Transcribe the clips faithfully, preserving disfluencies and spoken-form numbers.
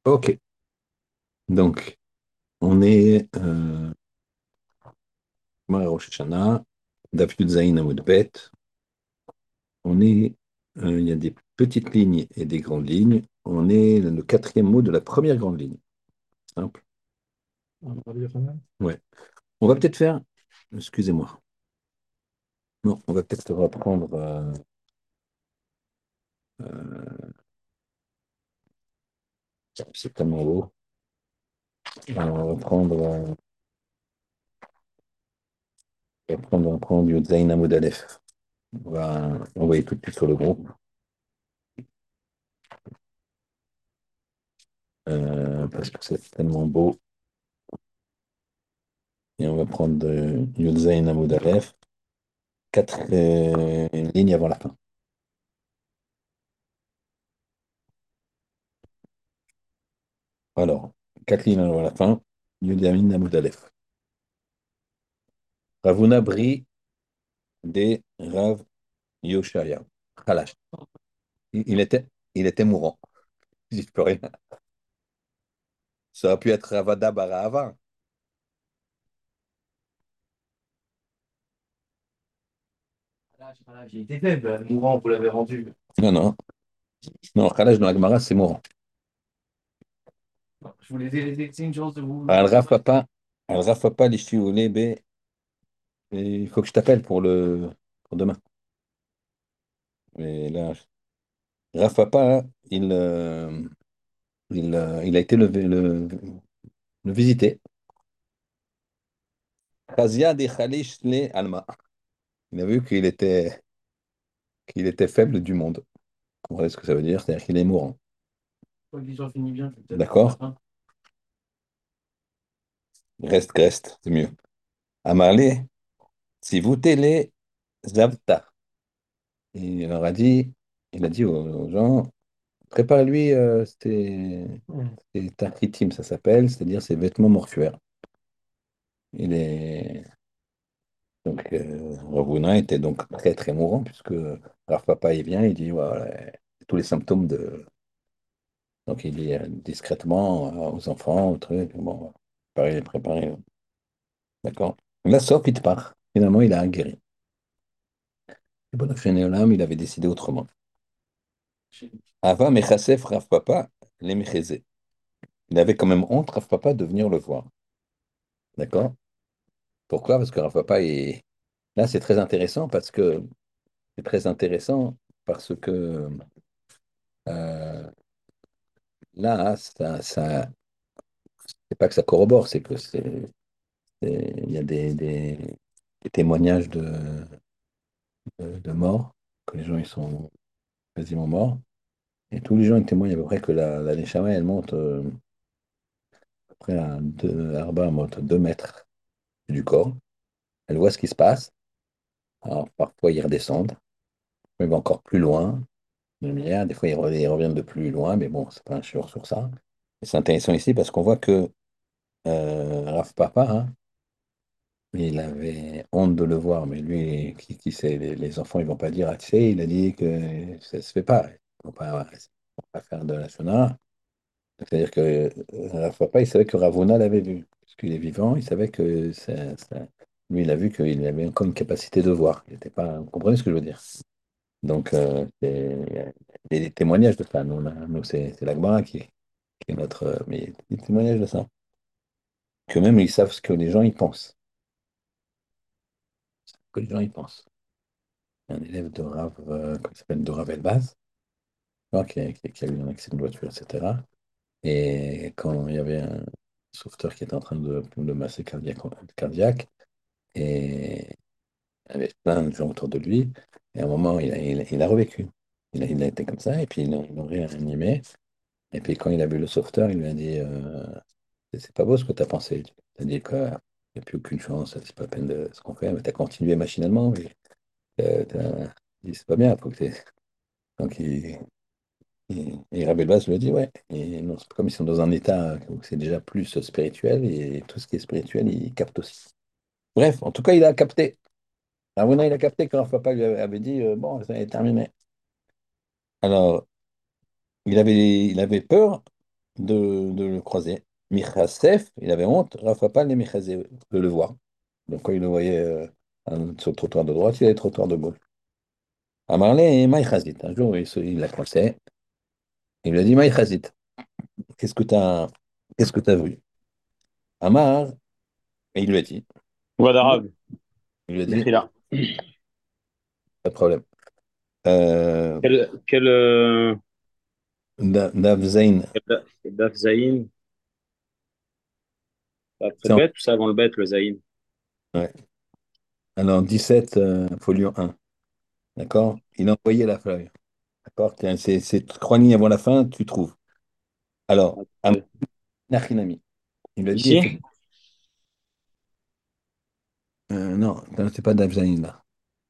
Ok, donc on est euh, Gemara Rosh Hashanah, Daf Yud Zayin Amud Bet. On est, euh, il y a des petites lignes et des grandes lignes. On est le quatrième mot de la première grande ligne. Simple. Ouais. On va peut-être faire, excusez-moi. Non, on va peut-être reprendre. euh, euh, c'est tellement beau. On va reprendre, euh, on va prendre, on va prendre Yud Zayin Amud Aleph. On va envoyer tout de suite sur le groupe euh, parce que c'est tellement beau. Et on va prendre euh, Yud Zayin Amud Aleph. Quatre euh, lignes avant la fin. Alors, quatre lignes avant la fin. Yud Yamin Amud Aleph. Ravuna Bri de Rav Yoshaya. Khalash. Il, il était, il était mourant. Je peux rien. Ça aurait pu être Ravada Barahava. J'ai été faible, mourant, vous l'avez rendu. Non, non. Non, Khalash dans la Gemara, c'est mourant. Je vous laisse laisser une chance de vous. Al Rav Papa, Al Rav Papa, l'Ishti Olé, B. Il faut que je t'appelle pour le pour demain. Mais là, Rav Papa, il, euh, il, euh, il a été le, le, le visiter. Khazia de Khalish le Alma. Il a vu qu'il était, qu'il était faible du monde. Vous comprenez ce que ça veut dire? C'est-à-dire qu'il est mourant. Quand l'histoire finit bien, je vais peut-être avoir D'accord? faim. Reste, reste, c'est mieux. Amarle, si vous télé, Zavta. Il leur a dit, il a dit aux, aux gens, préparez-lui, euh, c'était c'était tachitim, ça s'appelle, c'est-à-dire ses vêtements mortuaires. Il est donc euh, Ravuna était donc très très mourant puisque Rav Papa il vient, il dit voilà tous les symptômes de donc il dit euh, discrètement euh, aux enfants, au truc, bon, préparez, préparez. D'accord. La Sof, il part. Finalement, il a guéri. Et bon, Olam, il avait décidé autrement. Ava Mechasef Rav Papa, les Mechezé. Il avait quand même honte, Rav Papa, de venir le voir. D'accord? Pourquoi? Parce que Rav Papa est. Là, c'est très intéressant parce que. C'est très intéressant parce que euh, là, ça, ça, c'est pas que ça corrobore, c'est que c'est. c'est- Il y a des, des, des témoignages de, de, de morts, que les gens ils sont quasiment morts. Et tous les gens ils témoignent à peu près que la, la Neshama, elle monte euh, à peu près à deux, Arba monte deux mètres du corps. Elle voit ce qui se passe. Alors, parfois, ils redescendent, mais va encore plus loin, de lumière. Des fois, ils, re- ils reviennent de plus loin, mais bon, c'est pas un sur sur ça. Et c'est intéressant ici parce qu'on voit que euh, Raph Papa, hein, il avait honte de le voir, mais lui, qui, qui sait, les, les enfants, ils vont pas dire, ah, tu sais, il a dit que ça se fait pas. Ils vont pas, ils vont pas faire de la Shona. C'est-à-dire que euh, Rav Papa, il savait que Ravuna l'avait vu. Parce qu'il est vivant, il savait que ça, ça- lui, il a vu qu'il avait encore une capacité de voir. Il était pas... Vous comprenez ce que je veux dire? Donc, euh, c'est- il y a des témoignages de ça. Nous, on a- nous, c'est c'est l'Agmara qui, qui est notre. euh, Mais il y a des témoignages de ça. Que même, ils savent ce que les gens y pensent. Ce que les gens y pensent. Un élève de Rav, euh, comment il s'appelle, de Rav Elbaz, tu vois, qui, a qui a- qui a eu un accident de voiture, et cetera. Et quand il y avait un sauveteur qui était en train de, de masser cardiaque, cardiaque, et il y avait plein de gens autour de lui, et à un moment, il a, il a, il a revécu. Il a, il a été comme ça, et puis ils l'ont ils l'ont réanimé. Et puis quand il a vu le sauveteur, il lui a dit euh, c'est c'est pas beau ce que tu as pensé. Tu as dit qu'il n'y a plus aucune chance, c'est pas la peine de ce qu'on fait, mais tu as continué machinalement. Mais, euh, t'as- il dit, c'est pas bien, faut que t'aies- Donc il, Et, et Rabbi Elbaz lui a dit, ouais, et non, c'est comme ils sont dans un état où c'est déjà plus spirituel, et tout ce qui est spirituel, il capte aussi. Bref, en tout cas, il a capté. Ravuna, il a capté quand leur papa lui avait avait dit, euh, bon, ça est terminé. Alors, il avait, il avait peur, de, de le croiser. Michasef, il avait honte, Rafapal et Michasef de le voir. Donc quand il le voyait euh, sur le trottoir de droite, il allait le trottoir de gauche. Amarle et Maïchazit. Un jour, il, se- il l'a croisé. Il lui a dit Maïchazit, qu'est-ce que tu as, qu'est-ce que tu vu? Amar, et il lui a dit, Voix il d'arabe. lui a dit, Mechila. pas de problème. Euh, Quel, quel, euh, Da- Davzain, quel, quel daf zaïn? C'est après c'est le en- bet ou c'est avant le bet, le zaïn? ouais. Alors dix-sept, euh, folio un, d'accord? Il a envoyé la feuille, d'accord? Tiens, C'est c'est trois lignes avant la fin, tu trouves. Alors, Amar Après. Nachinami, il lui a dit, Ici? effectivement, euh, non, non, c'est pas Davzain là,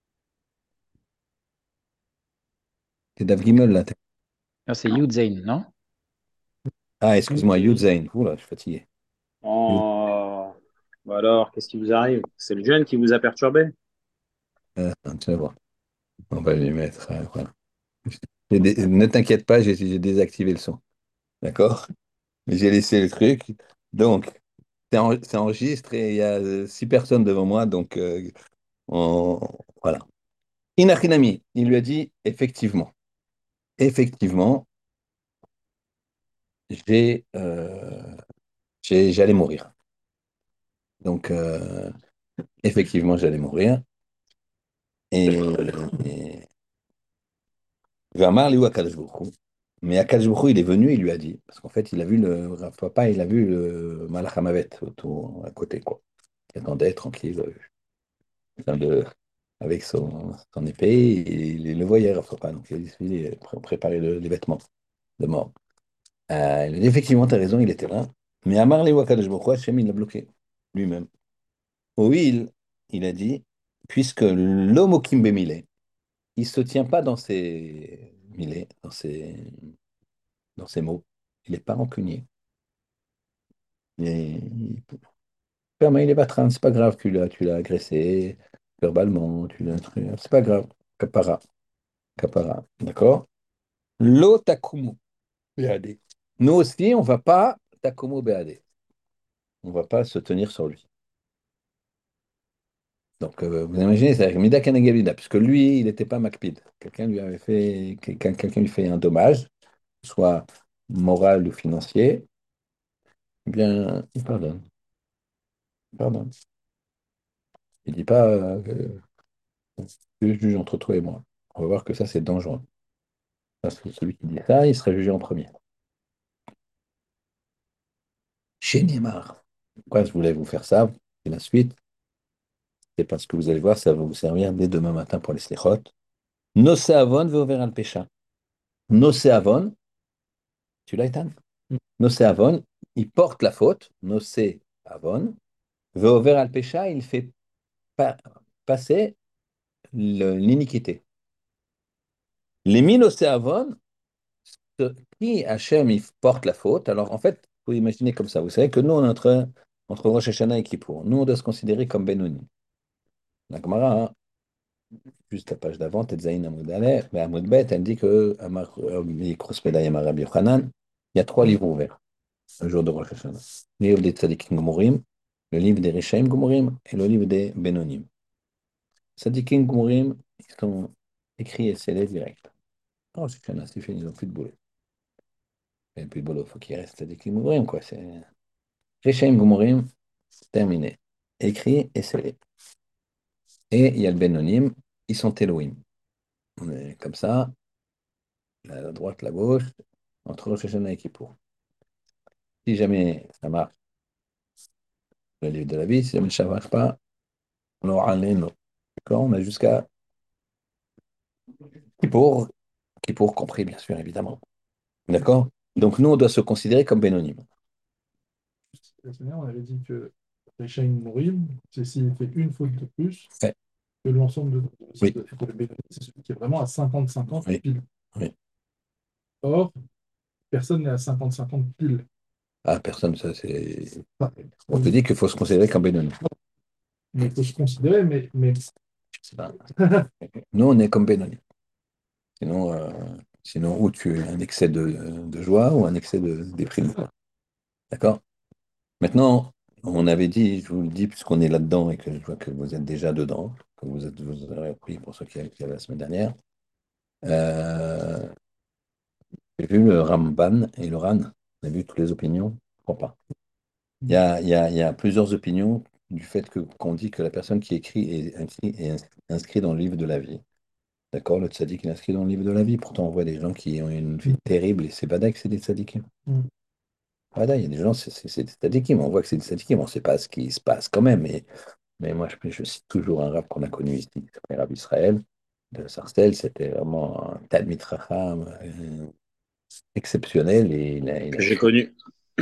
c'est Dav Gimel là. Ah, c'est Yudzain, non? Ah, excuse-moi, Yudzain. Oula, je suis fatigué. Yud- Oh. Bah alors, qu'est-ce qui vous arrive? C'est le jeune qui vous a perturbé? euh, tu vas voir. On va lui mettre. euh, voilà. J'ai dé- Ne t'inquiète pas, j'ai j'ai désactivé le son. D'accord? J'ai laissé le truc. Donc, c'est en- c'est enregistré. Il y a euh, six personnes devant moi. Donc, euh, on- voilà. Inachinami, il lui a dit effectivement. Effectivement, j'ai, euh, j'ai- j'allais mourir. Donc, euh, effectivement, j'allais mourir. Et, et Vermar, lui, ou Akadosh Baruch Hu. Mais Akadosh Baruch Hu, il est venu, il lui a dit, parce qu'en fait, il a vu le Rav Papa, il a vu le Malach Hamavet autour, à côté, quoi. Il attendait tranquille, euh, plein de, avec son, son épée, et il le voyait, Rav Papa. Donc, il a décidé de pré- préparer le- les vêtements de mort. Euh, il a dit, effectivement, tu as raison, il était là. Mais Amar, lui, ou Akadosh Baruch Hu, Hashem, il l'a bloqué, lui-même. Oui, il, il a dit, puisque l'homme au Kimbemile, il ne se tient pas dans ses milets, dans ses dans ses mots. Il n'est pas rancunier. Il est, il permet, il est battra, c'est pas grave que tu l'as, tu l'as agressé verbalement, tu l'as truc, c'est pas grave. Capara, capara, d'accord? Lo takumu beade. Nous aussi, on va pas takumu beade. On va pas se tenir sur lui. Donc, euh, vous imaginez, c'est avec Mida Kanagavida, puisque lui, il n'était pas Macpid. Quelqu'un lui avait fait, quelqu'un quelqu'un lui fait un dommage, soit moral ou financier, eh bien, il pardonne. Il pardonne. Il dit pas, euh, je juge entre toi et moi. On va voir que ça, c'est dangereux. Parce que celui qui dit ça, il sera jugé en premier. Chez Neymar. Pourquoi je voulais vous faire ça? Et la suite, c'est parce que vous allez voir, ça va vous servir dès demain matin pour les slichot. Nosé avon veover al pesha. Nosé avon, tu l'as, Ethan? Nosé avon, il porte la faute. Nosé avon. Veover al pesha, il fait pa- passer le- l'iniquité. Les nosé avon, ce- qui Hachem il porte la faute. Alors en fait, vous imaginez comme ça. Vous savez que nous, on est entre, entre Rosh Hashanah et Kippour. Nous, on doit se considérer comme Benoni. La Gemara, hein, juste la page d'avant, Tetzaïn Amoud Aleph, mais Amoud Bet, elle dit que Amar- euh, Mikros Pedayim Rabbi Yochanan, il y a trois livres ouverts le jour de Rosh Hashanah. Le livre des Tzadikim Gomurim, le livre des Rishaim Gomurim et le livre des Benonim. Tzadikim Gomurim, ils sont écrits et scellés direct. Oh, c'est fini, c'est fini, ils n'ont plus de boulot. Il n'y a plus de boulot, il faut qu'il reste Tzadikim Gomurim, quoi. C'est Rishaim Gomurim, terminé. Écrit et scellé. Et il y a le Benonim, ils sont Elohim. On est comme ça, la droite, la gauche, entre Rosh Hashanah et Kippour. Si jamais ça marche, le livre de la vie, si jamais ça ne marche pas, on aura un léno. D'accord? On a jusqu'à Kippour, Kippour compris, bien sûr, évidemment. D'accord? Donc nous, on doit se considérer comme bénonyme. La semaine dernière, on avait dit que Rechaim Mourim, c'est s'il fait une faute de plus Ouais. que l'ensemble de Oui, de- que le bénéfice, c'est celui qui est vraiment à cinquante cinquante oui, pile. oui. Or, personne n'est à cinquante cinquante pile. Ah, personne, ça c'est. Enfin, On te dit qu'il faut se considérer comme bénonyme. mais il faut se considérer, mais, mais C'est pas- Nous, on est comme bénonyme. Sinon, euh, Sinon, ou tu as un excès de, de joie ou un excès de déprime. D'accord? Maintenant, on avait dit, je vous le dis, puisqu'on est là-dedans et que je vois que vous êtes déjà dedans, que vous êtes, vous aurez appris pour ceux qui qui avaient la semaine dernière, euh, j'ai vu le Ramban et le Ran. On a vu toutes les opinions? Je crois pas. Il y a, il y a, il y a plusieurs opinions du fait que qu'on dit que la personne qui écrit est inscrit, est ins- inscrit dans le livre de la vie. D'accord? Le tzaddik est inscrit dans le livre de la vie. Pourtant, on voit des gens qui ont une vie terrible et c'est pas que c'est des tzaddikim. Mm. Voilà, il y a des gens, c'est c'est- c'est des tzaddikim. On voit que c'est des tzaddikim. On ne sait pas ce qui se passe quand même. Mais, mais moi, je, je cite toujours un rab qu'on a connu ici, qui s'appelle Rab Israël de Sarcelles. C'était vraiment un Talmid Chacham euh, exceptionnel et il a, il Que a j'ai fait connu.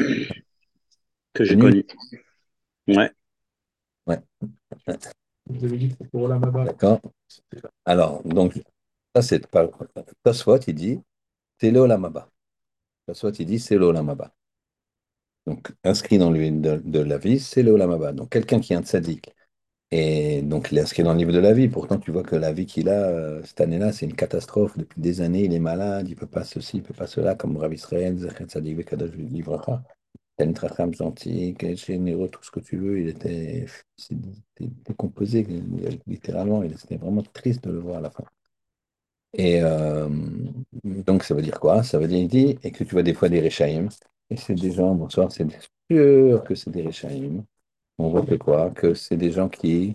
Que j'ai connu. connu. Ouais. Ouais, Vous avez dit que pour Olamaba, d'accord. c'était là. Alors, donc, ça, c'est pas. Tosfot, il dit, c'est le Olam Haba. Tosfot, il dit, c'est le Olam Haba. Donc, inscrit dans le livre de, de la vie, c'est le Olam Haba. Donc, quelqu'un qui est un tzaddik, et donc il est inscrit dans le livre de la vie. Pourtant, tu vois que la vie qu'il a, euh, cette année-là, c'est une catastrophe. Depuis des années, il est malade, il peut pas ceci, il peut pas cela, comme Rav Israël, Zachem Tzadik Vekadosh Livracha. T'as tracham gentil, généreux, tout ce que tu veux. Il était c'est- c'est décomposé, littéralement. Il- C'était vraiment triste de le voir à la fin. Et euh, donc, ça veut dire quoi? Ça veut dire, il dit, et que tu vois des fois des Réchaïm, et c'est des gens, bonsoir, c'est sûr que c'est des Réchaïm. On voit que quoi? Que c'est des gens qui,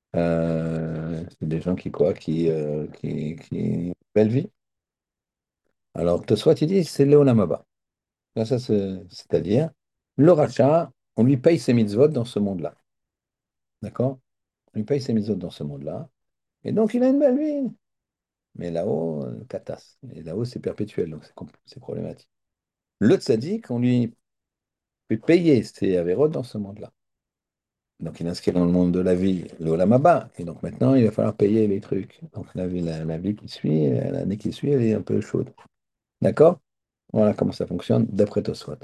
euh, c'est des gens qui quoi? Qui, euh, qui, qui, belle vie. Alors, que soit il dit, c'est Léolam Abba. Ça, ça, c'est- c'est-à-dire, le rachat, on lui paye ses mitzvot dans ce monde-là. D'accord? On lui paye ses mitzvot dans ce monde-là. Et donc, il a une belle vie. Mais là-haut, euh, catas. Et là-haut, c'est perpétuel, donc c'est compl- c'est problématique. Le tzaddik, on lui fait payer ses avérotes dans ce monde-là. Donc, il est inscrit dans le monde de la vie, le Olam Haba. Et donc, maintenant, il va falloir payer les trucs. Donc, la vie, la, la vie qui suit, euh, l'année qui suit, elle est un peu chaude. D'accord? Voilà comment ça fonctionne d'après Tosfot.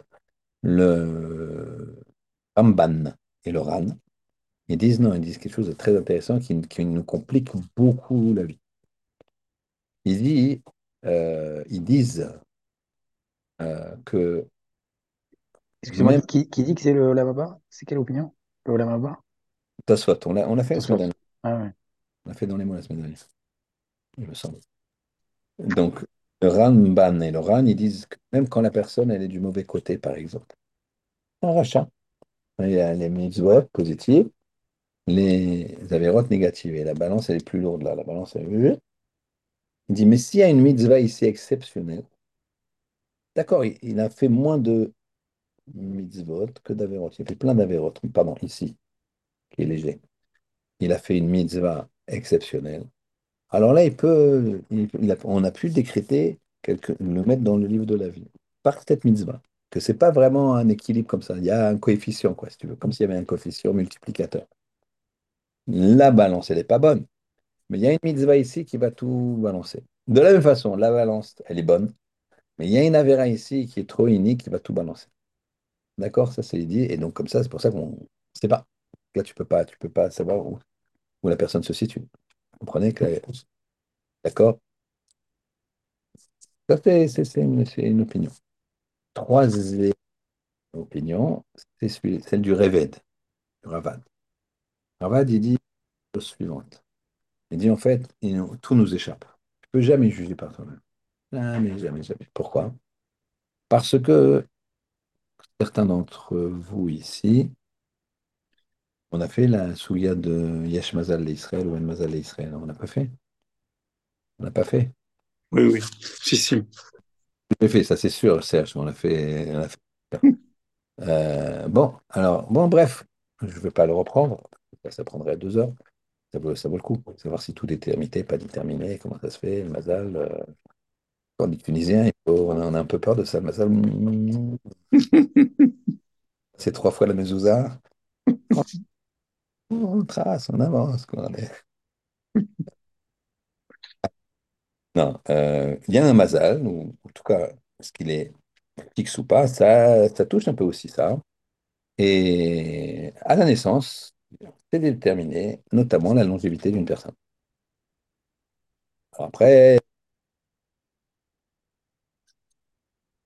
Le Ramban et le Ran, ils disent non, ils disent quelque chose de très intéressant qui, qui nous complique beaucoup la vie. Ils disent, euh, ils disent euh, que Excusez-moi, même qui, qui, qui dit que c'est le Lamaba? C'est quelle opinion? Le Lamaba? Tosfot, on l'a on l'a fait la semaine Tosfot. dernière. Ah ouais. On l'a fait dans les mots la semaine dernière, il me semble. Donc, le Ramban et le Ran, ils disent que même quand la personne elle est du mauvais côté, par exemple, un rachat, il y a les mitzvot positives, les avérotes négatives, et la balance elle est plus lourde là. La balance elle est... Il dit, mais s'il y a une mitzvah ici exceptionnelle, d'accord, il, il a fait moins de mitzvot que d'avérotes. Il a fait plein d'avérotes, pardon, ici, qui est léger. Il a fait une mitzvah exceptionnelle. Alors là, il peut, il- il a- on a pu décréter, quelque- le mettre dans le livre de la vie, par cette mitzvah, que c'est pas vraiment un équilibre comme ça. Il y a un coefficient, quoi, si tu veux, comme s'il y avait un coefficient multiplicateur. La balance, elle n'est pas bonne, mais il y a une mitzvah ici qui va tout balancer. De la même façon, la balance, elle est bonne, mais il y a une avéra ici qui est trop inique qui va tout balancer. D'accord? Ça, c'est dit, et donc comme ça, c'est pour ça qu'on ne sait pas. Là, tu peux pas, tu peux pas savoir où, où la personne se situe. Vous comprenez que, d'accord? Ça, c'est c'est- c'est une, c'est une opinion. Troisième opinion, c'est celui- celle du Réved, du Ravad. Ravad, il dit la chose suivante. Il dit en fait, il- tout nous échappe. Tu peux jamais juger par toi-même. Jamais, jamais, jamais. Pourquoi? Parce que certains d'entre vous ici, on a fait la souillade de Yesh Mazal l'Israël ou En Mazal l'Israël. On n'a pas fait. On n'a pas fait. Oui, oui. Si, si. J'ai fait, ça c'est sûr, Serge. On l'a fait. On l'a fait. Euh, bon, alors, bon, bref, je ne vais pas le reprendre. Ça, ça prendrait deux heures. Ça vaut, ça vaut le coup. Savoir si tout est déterminé, pas déterminé, comment ça se fait, le Mazal. Euh, quand on dit tunisien, il faut- on a, on a un peu peur de ça. Le Mazal, mm, c'est trois fois la mezouza. On trace, on avance, quoi. Non, euh, il y a un Mazal, ou en tout cas, est-ce qu'il est fixe ou pas, ça, ça touche un peu aussi ça. Et à la naissance, c'est déterminé, notamment la longévité d'une personne. Alors après,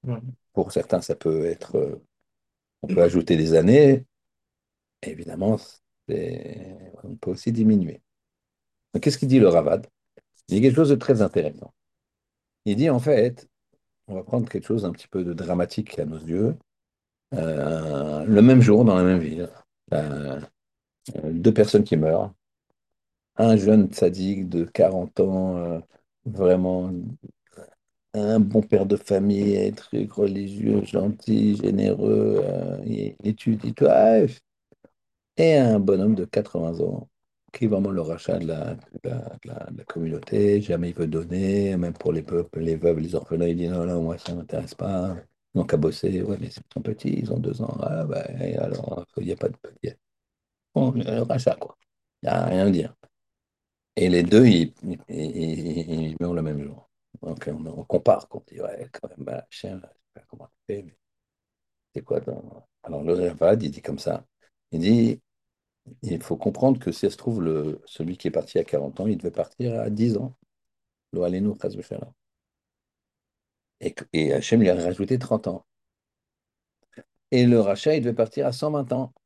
Ouais. Pour certains, ça peut être, euh, on peut ajouter des années. Et évidemment, c'est- on peut aussi diminuer. Donc, qu'est-ce qu'il dit le Ravad? Il dit quelque chose de très intéressant. Il dit en fait, on va prendre quelque chose un petit peu de dramatique à nos yeux. Euh, le même jour, dans la même ville, euh, deux personnes qui meurent. Un jeune sadique de quarante ans, euh, vraiment un bon père de famille, un truc religieux, gentil, généreux, euh, il étudie tout. Ah, et un bonhomme de quatre-vingts ans qui est vraiment le rachat de la, de la, de la- de la communauté. Jamais il veut donner, même pour les peuples, les veuves, les orphelins. Il dit non, non, moi ça ne m'intéresse pas. Ils n'ont qu'à bosser. Ouais, mais ils sont petits, ils ont deux ans. Ah, bah, et alors, il n'y a pas de petit. Bon, le rachat, quoi. Il n'y a rien à dire. Et les deux, ils, ils, ils- ils meurent le même jour. Donc on, on compare, quoi. On dit, ouais, quand même, bah, chien, je sais pas comment tu fais, mais c'est quoi dans- Alors le Ravad, il dit comme ça. Il dit, il faut comprendre que si ça se trouve, le, celui qui est parti à quarante ans, il devait partir à dix ans. Lo alenu chas v'shalom. Et, que- et Hachem lui a rajouté trente ans. Et le rachat, il devait partir à cent vingt ans.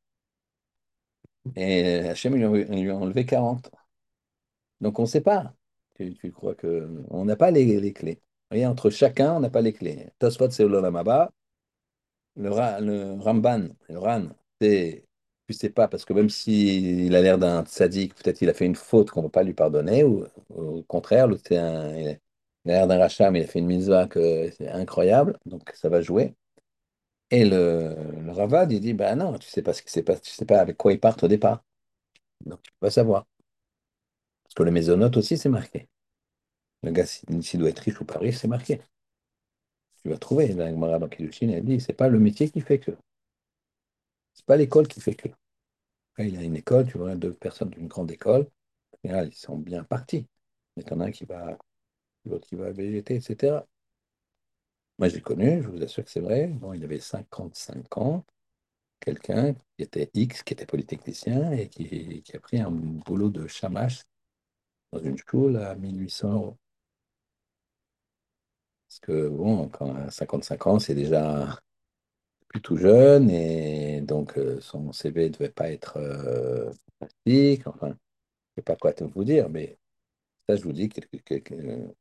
Et Hachem lui a, lui a enlevé quarante. Donc on ne sait pas. Tu, tu crois que on n'a pas les, les clés. Rien entre chacun, on n'a pas les clés. Tosfot, c'est l'Olam Haba. Le, Ra- le Ramban, le Ran, c'est, tu sais pas, parce que même s'il a l'air d'un sadique, peut-être il a fait une faute qu'on ne peut pas lui pardonner, ou, au contraire, l'autre, c'est un, il a il a l'air d'un rachat, mais il a fait une mitzvah que c'est incroyable, donc ça va jouer. Et le, le Ravad, il dit, bah non, tu sais pas ce qui s'est passé, tu sais pas avec quoi ils partent au départ, donc tu peux pas savoir. Parce que le mésonote aussi, c'est marqué. Le gars, s'il s'il doit être riche ou pas riche, c'est marqué. Tu vas trouver, la Gemara dans Kiddushin, elle dit, c'est pas le métier qui fait que, c'est pas l'école qui fait que. Après, il y a une école, tu vois, deux personnes d'une grande école, et là, ils sont bien partis. Mais t'en as un qui va, l'autre qui va végéter, et cetera. Moi, je l'ai connu, je vous assure que c'est vrai. Bon, il avait cinquante-cinq ans, quelqu'un qui était X, qui était polytechnicien et qui, qui a pris un boulot de chamash dans une school à mille huit cents euros. Parce que, bon, quand à cinquante-cinq ans, c'est déjà plus tout jeune et donc euh, son C V ne devait pas être euh, fantastique. Enfin, je ne sais pas quoi te vous dire, mais ça, je vous dis que, que- que-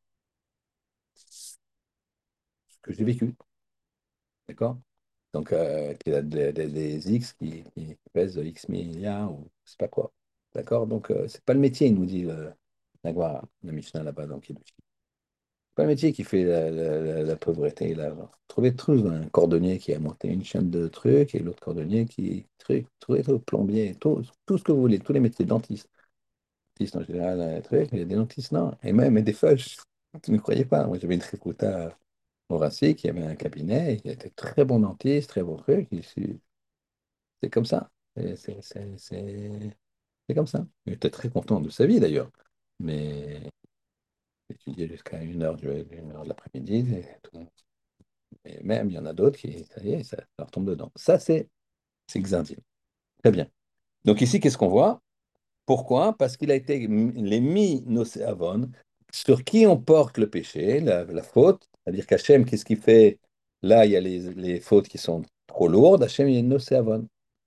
ce que j'ai vécu. D'accord? Donc, euh, qu'il a des, des- des X qui, qui pèsent X milliards ou je sais pas quoi. D'accord? Donc, euh, c'est pas le métier, il nous dit le, la Gemara, la Mishnah là-bas dans Kiddush. C'est pas le métier qui fait la, la- la- la pauvreté. Là. Trouvez tous un cordonnier qui a monté une chaîne de trucs et l'autre cordonnier qui truc, trouvez tout, plombier, tout, tout ce que vous voulez, tous les métiers, dentiste. Dentiste en général, un truc, il y a des dentistes, non. Et même et des feuilles. Tu ne croyais pas. Moi, j'avais une tricouta Horaci qui avait un cabinet, il était très bon dentiste, très bon truc. il- C'est c'est comme ça. C'est c'est- c'est- c'est- c'est comme ça. Il était très content de sa vie d'ailleurs. Mais il étudiait jusqu'à une heure, du- une heure de l'après-midi. Et tout. Et même, il y en a d'autres qui, ça y est, ça leur tombe dedans. Ça, c'est c'est Xindil. Très bien. Donc ici, qu'est-ce qu'on voit? Pourquoi? Parce qu'il a été les mis nocéavon, sur qui on porte le péché, la, la faute. C'est-à-dire qu'Hachem, qu'est-ce qu'il fait? Là, il y a les, les fautes qui sont trop lourdes. Hachem, il est nocéavon.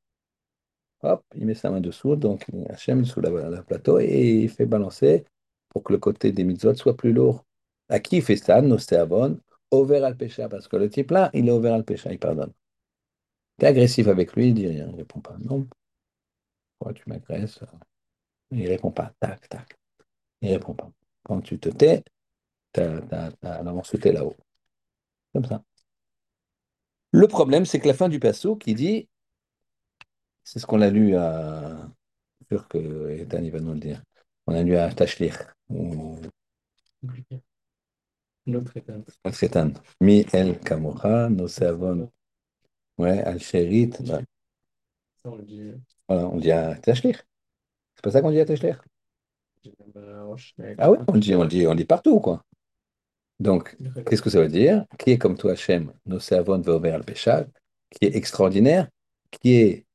Hop, il met sa main dessous, donc Hachem sous la, la plateau, et il fait balancer pour que le côté des mitzvot soit plus lourd. À qui il fait ça? Nocéavon, over al pécha, parce que le type là, il est over al pécha, il pardonne. T'es agressif avec lui, il dit rien, il répond pas. Non, pourquoi tu m'agresses? Il répond pas. Tac, tac. Il répond pas. Quand tu te tais, t'as, t'as, t'as l'avance t'es là-haut. Comme ça. Le problème, c'est que la fin du passo qui dit, c'est ce qu'on a lu à. Je suis sûr que Ethan, il va nous le dire. On a lu à Tashlich, ou Compliqué. L'autre est un Al-Khitan. Mi el Kamocha, no savon. Ouais, Al-Sherit. Bah, ça, on le dit. voilà, on dit à Tashlich. C'est pas ça qu'on dit à Tashlich? Bah, Roche, mais Ah oui, comment on le dit, on le dit, on le dit partout, quoi. Donc, il répond. qu'est-ce que ça veut dire? Qui est comme toi, Hachem, no savon ve'over al-Pesha, qui est extraordinaire, qui est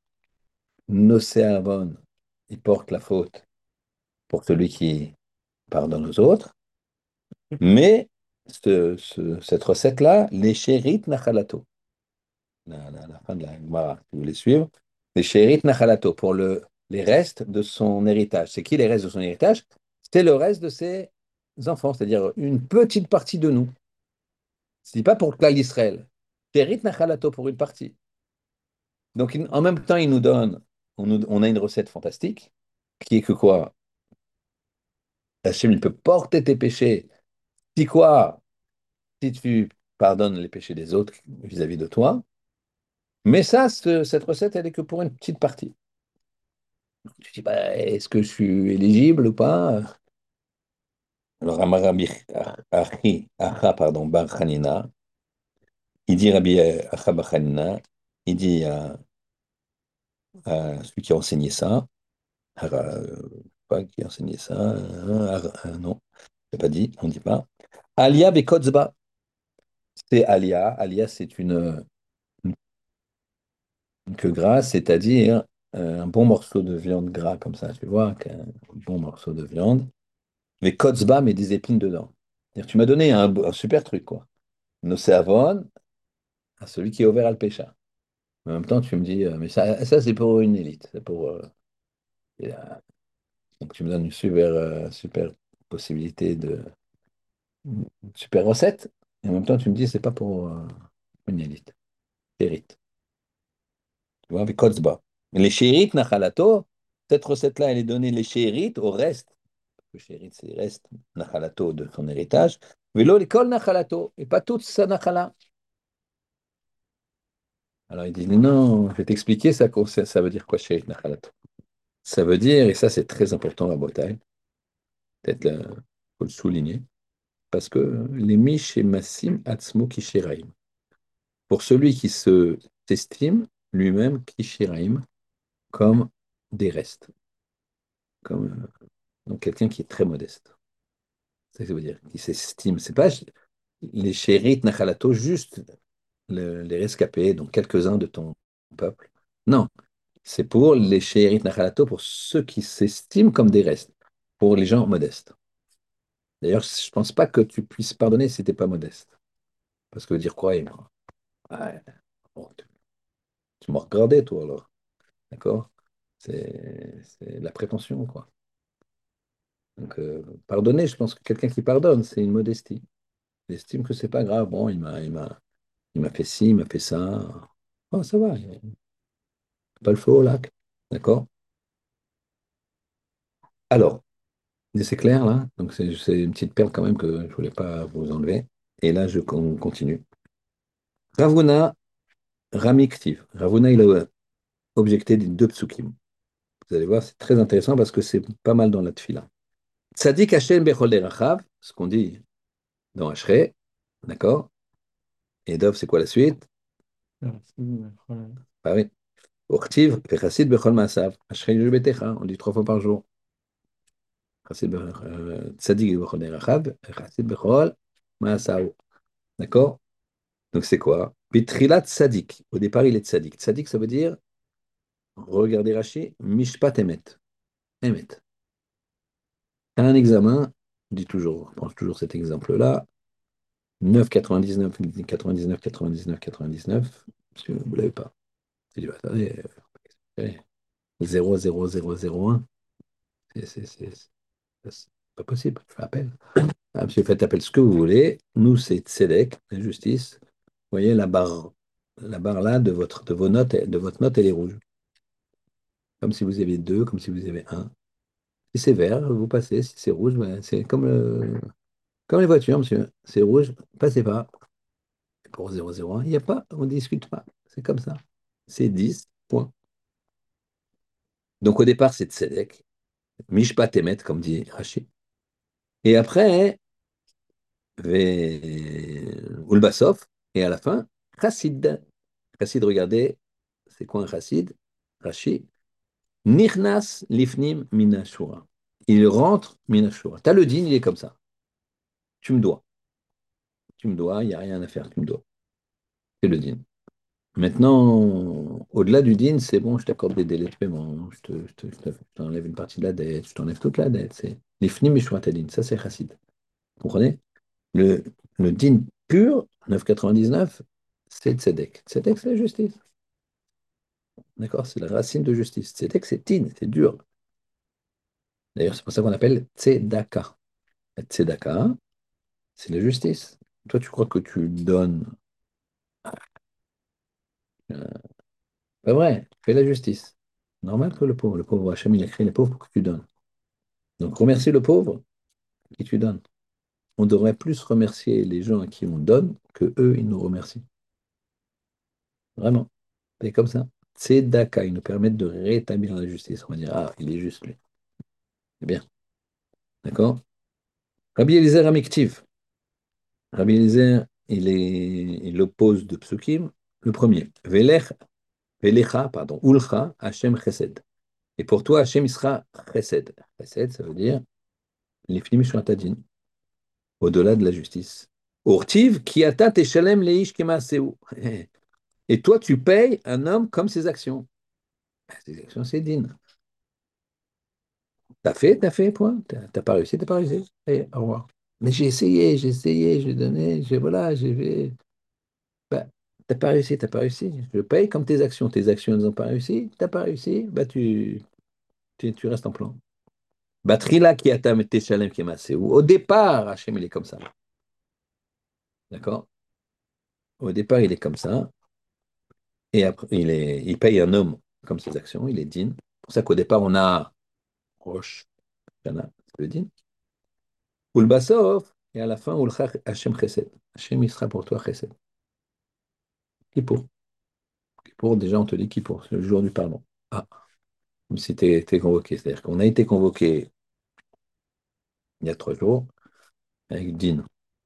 Nocéabon, il porte la faute pour celui qui pardonne aux autres, mais ce- ce- cette recette-là, les shérit nachalato. La, la- la fin de la Gemara, si vous voulez suivre. Les shérit nachalato, pour le, les restes de son héritage. C'est qui les restes de son héritage? C'est le reste de ses enfants, c'est-à-dire une petite partie de nous. Ce n'est pas pour le clan d'Israël. Shérit nachalato pour une partie. Donc, il- en même temps, il nous donne, on, nous- on a une recette fantastique, qui est que quoi? Hachem, il peut porter tes péchés. Si quoi? Si tu pardonnes les péchés des autres vis-à-vis de toi. Mais ça, ce- cette recette, elle est que pour une petite partie. Tu dis, bah, est-ce que je suis éligible ou pas? Alors, Amar Rabbi Achi, Acha, pardon, Bar Hanina, il dit Rabbi Acha Bar Hanina, il dit à, à celui qui a enseigné ça, à, euh, pas qui a enseigné ça, euh, à- à- non, je pas dit, on ne dit pas. Alia Bekotzba, c'est Alia. Alia, c'est une, une queue grasse, c'est-à-dire euh, un bon morceau de viande gras comme ça, tu vois, qu'un bon morceau de viande. Mais kotzba, mais des épines dedans. C'est-à-dire, tu m'as donné un, un super truc, quoi. Nocéavon à celui qui est ouvert à le pécha. Mais en même temps, tu me dis, euh, mais ça, ça c'est pour une élite. C'est pour, euh, et, euh, donc, tu me donnes une super, euh, super possibilité de. Une super recette. Et en même temps, tu me dis, c'est pas pour euh, une élite. Élite. Tu vois, avec kotzba. Mais les shérites, nachalato, cette recette-là, elle est donnée les shérites au reste. Le chérit, c'est reste nachalato de son héritage. Vélo, l'école nachalato, et pas toute sa nachala. Alors il dit, non, je vais t'expliquer ça, ça, ça veut dire quoi, chérit nachalato? Ça veut dire, et ça c'est très important à Botaï, peut-être il faut le souligner, parce que les mish et massim atzmo kishiraim. Pour celui qui se s'estime lui-même kishiraim comme des restes, comme euh, donc quelqu'un qui est très modeste. C'est ça que ça veut dire, qui s'estime. C'est pas les chérit nachalato juste le- les rescapés, donc quelques-uns de ton peuple. Non, c'est pour les She'erit Nachalato, pour ceux qui s'estiment comme des restes, pour les gens modestes. D'ailleurs, je ne pense pas que tu puisses pardonner si tu n'es pas modeste. Parce que dire quoi, moi ouais, bon, tu, tu m'as regardé, toi, alors. D'accord? C'est c'est la prétention, quoi. Donc, euh, pardonner, je pense que quelqu'un qui pardonne, c'est une modestie. Il estime que c'est pas grave. Bon, il m'a il m'a, il m'a fait ci, il m'a fait ça. Oh, ça va, il n'y a pas le feu au lac. D'accord? Alors, mais c'est clair là, donc c'est c'est une petite perle quand même que je ne voulais pas vous enlever. Et là, je con- continue. Ravuna Ramiktiv. Ravuna, il a objecté des deux psukim. Vous allez voir, c'est très intéressant parce que c'est pas mal dans la tfila. Tzadik Hashem Bechol Derachav, ce qu'on dit dans Ashrei, d'accord? Et Dov, c'est quoi la suite? Merci. Voilà. Ah oui. Urtiv Vechassid Bechol Maasav. Ashrei Jubetecha, on dit trois fois par jour. Chassid Bech- euh, Tzadik Bechol Derachav, Chassid Bechol Maasav. D'accord? Donc c'est quoi? Bitrilat Tzadik. Au départ, il est Tzadik. Tzadik, ça veut dire, regardez Rashi, Mishpat Emet. Emet. T'as un examen, je dis toujours, je prends toujours cet exemple-là, neuf, quatre-vingt-dix-neuf, quatre-vingt-dix-neuf, quatre-vingt-dix-neuf, quatre-vingt-dix-neuf, parce que vous ne l'avez pas. Je dis, bah, attendez, euh, zéro, zéro, zéro, zéro, un, c'est c'est- c'est- c'est pas possible, je l'appelle. Ah, monsieur, faites appel ce que vous voulez. Nous, c'est Tzedek, la justice. Vous voyez la barre, la barre là de votre, de vos notes, de votre note, elle est rouge. Comme si vous aviez deux, comme si vous avez un. Si c'est vert, vous passez. Si c'est rouge, ouais, c'est comme, le- comme les voitures, monsieur. C'est rouge, passez pas. Pour zéro zéro un, il n'y a pas, on ne discute pas. C'est comme ça. C'est dix points. Donc au départ, c'est Tzedek. Mishpat Emet, comme dit Rachid. Et après, ve- Ulbasov. Et à la fin, Chassid. Chassid, regardez, c'est quoi un chassid? Rachid. Nirnas lifnim minashura. Il rentre minashura. T'as le din, il est comme ça. Tu me dois. Tu me dois, il n'y a rien à faire, tu me dois. C'est le din. Maintenant, au-delà du din, c'est bon, je t'accorde des délais de paiement, je te, je te- je te- je t'enlève une partie de la dette, je t'enlève toute la dette. C'est l'ifnim mishurat din, ça c'est chassid. Vous comprenez? Le, le din pur, neuf virgule quatre-vingt-dix-neuf, c'est tzedek. Tzedek, c'est la justice. D'accord? C'est la racine de justice. Tzedek, c'est tin, c'est dur. D'ailleurs, c'est pour ça qu'on appelle tzedaka. La tzedaka, c'est la justice. Toi, tu crois que tu donnes. euh, Pas vrai, fais la justice. Normal que le pauvre. Le pauvre, Hachem, il a créé les pauvres pour que tu donnes. Donc, remercie le pauvre qui tu donnes. On devrait plus remercier les gens à qui on donne que eux, ils nous remercient. Vraiment. C'est comme ça. Tzedaka, ils nous permettent de rétablir la justice. On va dire, ah, il est juste, lui. C'est bien. D'accord? Rabbi Eliezer Amiktiv. Rabbi Eliezer, il est, il oppose de psukim. Le premier, Velech, Velecha, pardon, Ulcha, Hashem Chesed. Et pour toi, Hashem, il sera Chesed. Chesed, ça veut dire les finim tadin, au-delà de la justice. Urtiv, ki ata teshalem leish kemaaseu. Et toi, tu payes un homme comme ses actions. Ses actions, c'est din. T'as fait, t'as fait, point. T'as t'as pas réussi, t'as pas réussi. Allez, au revoir. Mais j'ai essayé, j'ai essayé, j'ai donné, j'ai voilà, j'ai fait. Bah, t'as pas réussi, t'as pas réussi. Je paye comme tes actions. Tes actions, elles n'ont pas réussi, t'as pas réussi, bah tu, tu, tu restes en plan. Batrila qui atteint tes chalem qui est massé. Au départ, Hachem, il est comme ça. D'accord? Au départ, il est comme ça. Et après, il est, il paye un homme comme ses actions, il est digne. C'est pour ça qu'au départ, on a Rosh, Shana, c'est le digne. Ou le Bassof, et à la fin, ou le Hachem Chesed. Hachem, il sera pour toi Chesed. Qui pour? Qui pour, déjà, on te dit qui pour, c'est le jour du pardon. Ah, comme si tu étais convoqué. C'est-à-dire qu'on a été convoqué il y a trois jours avec Dean.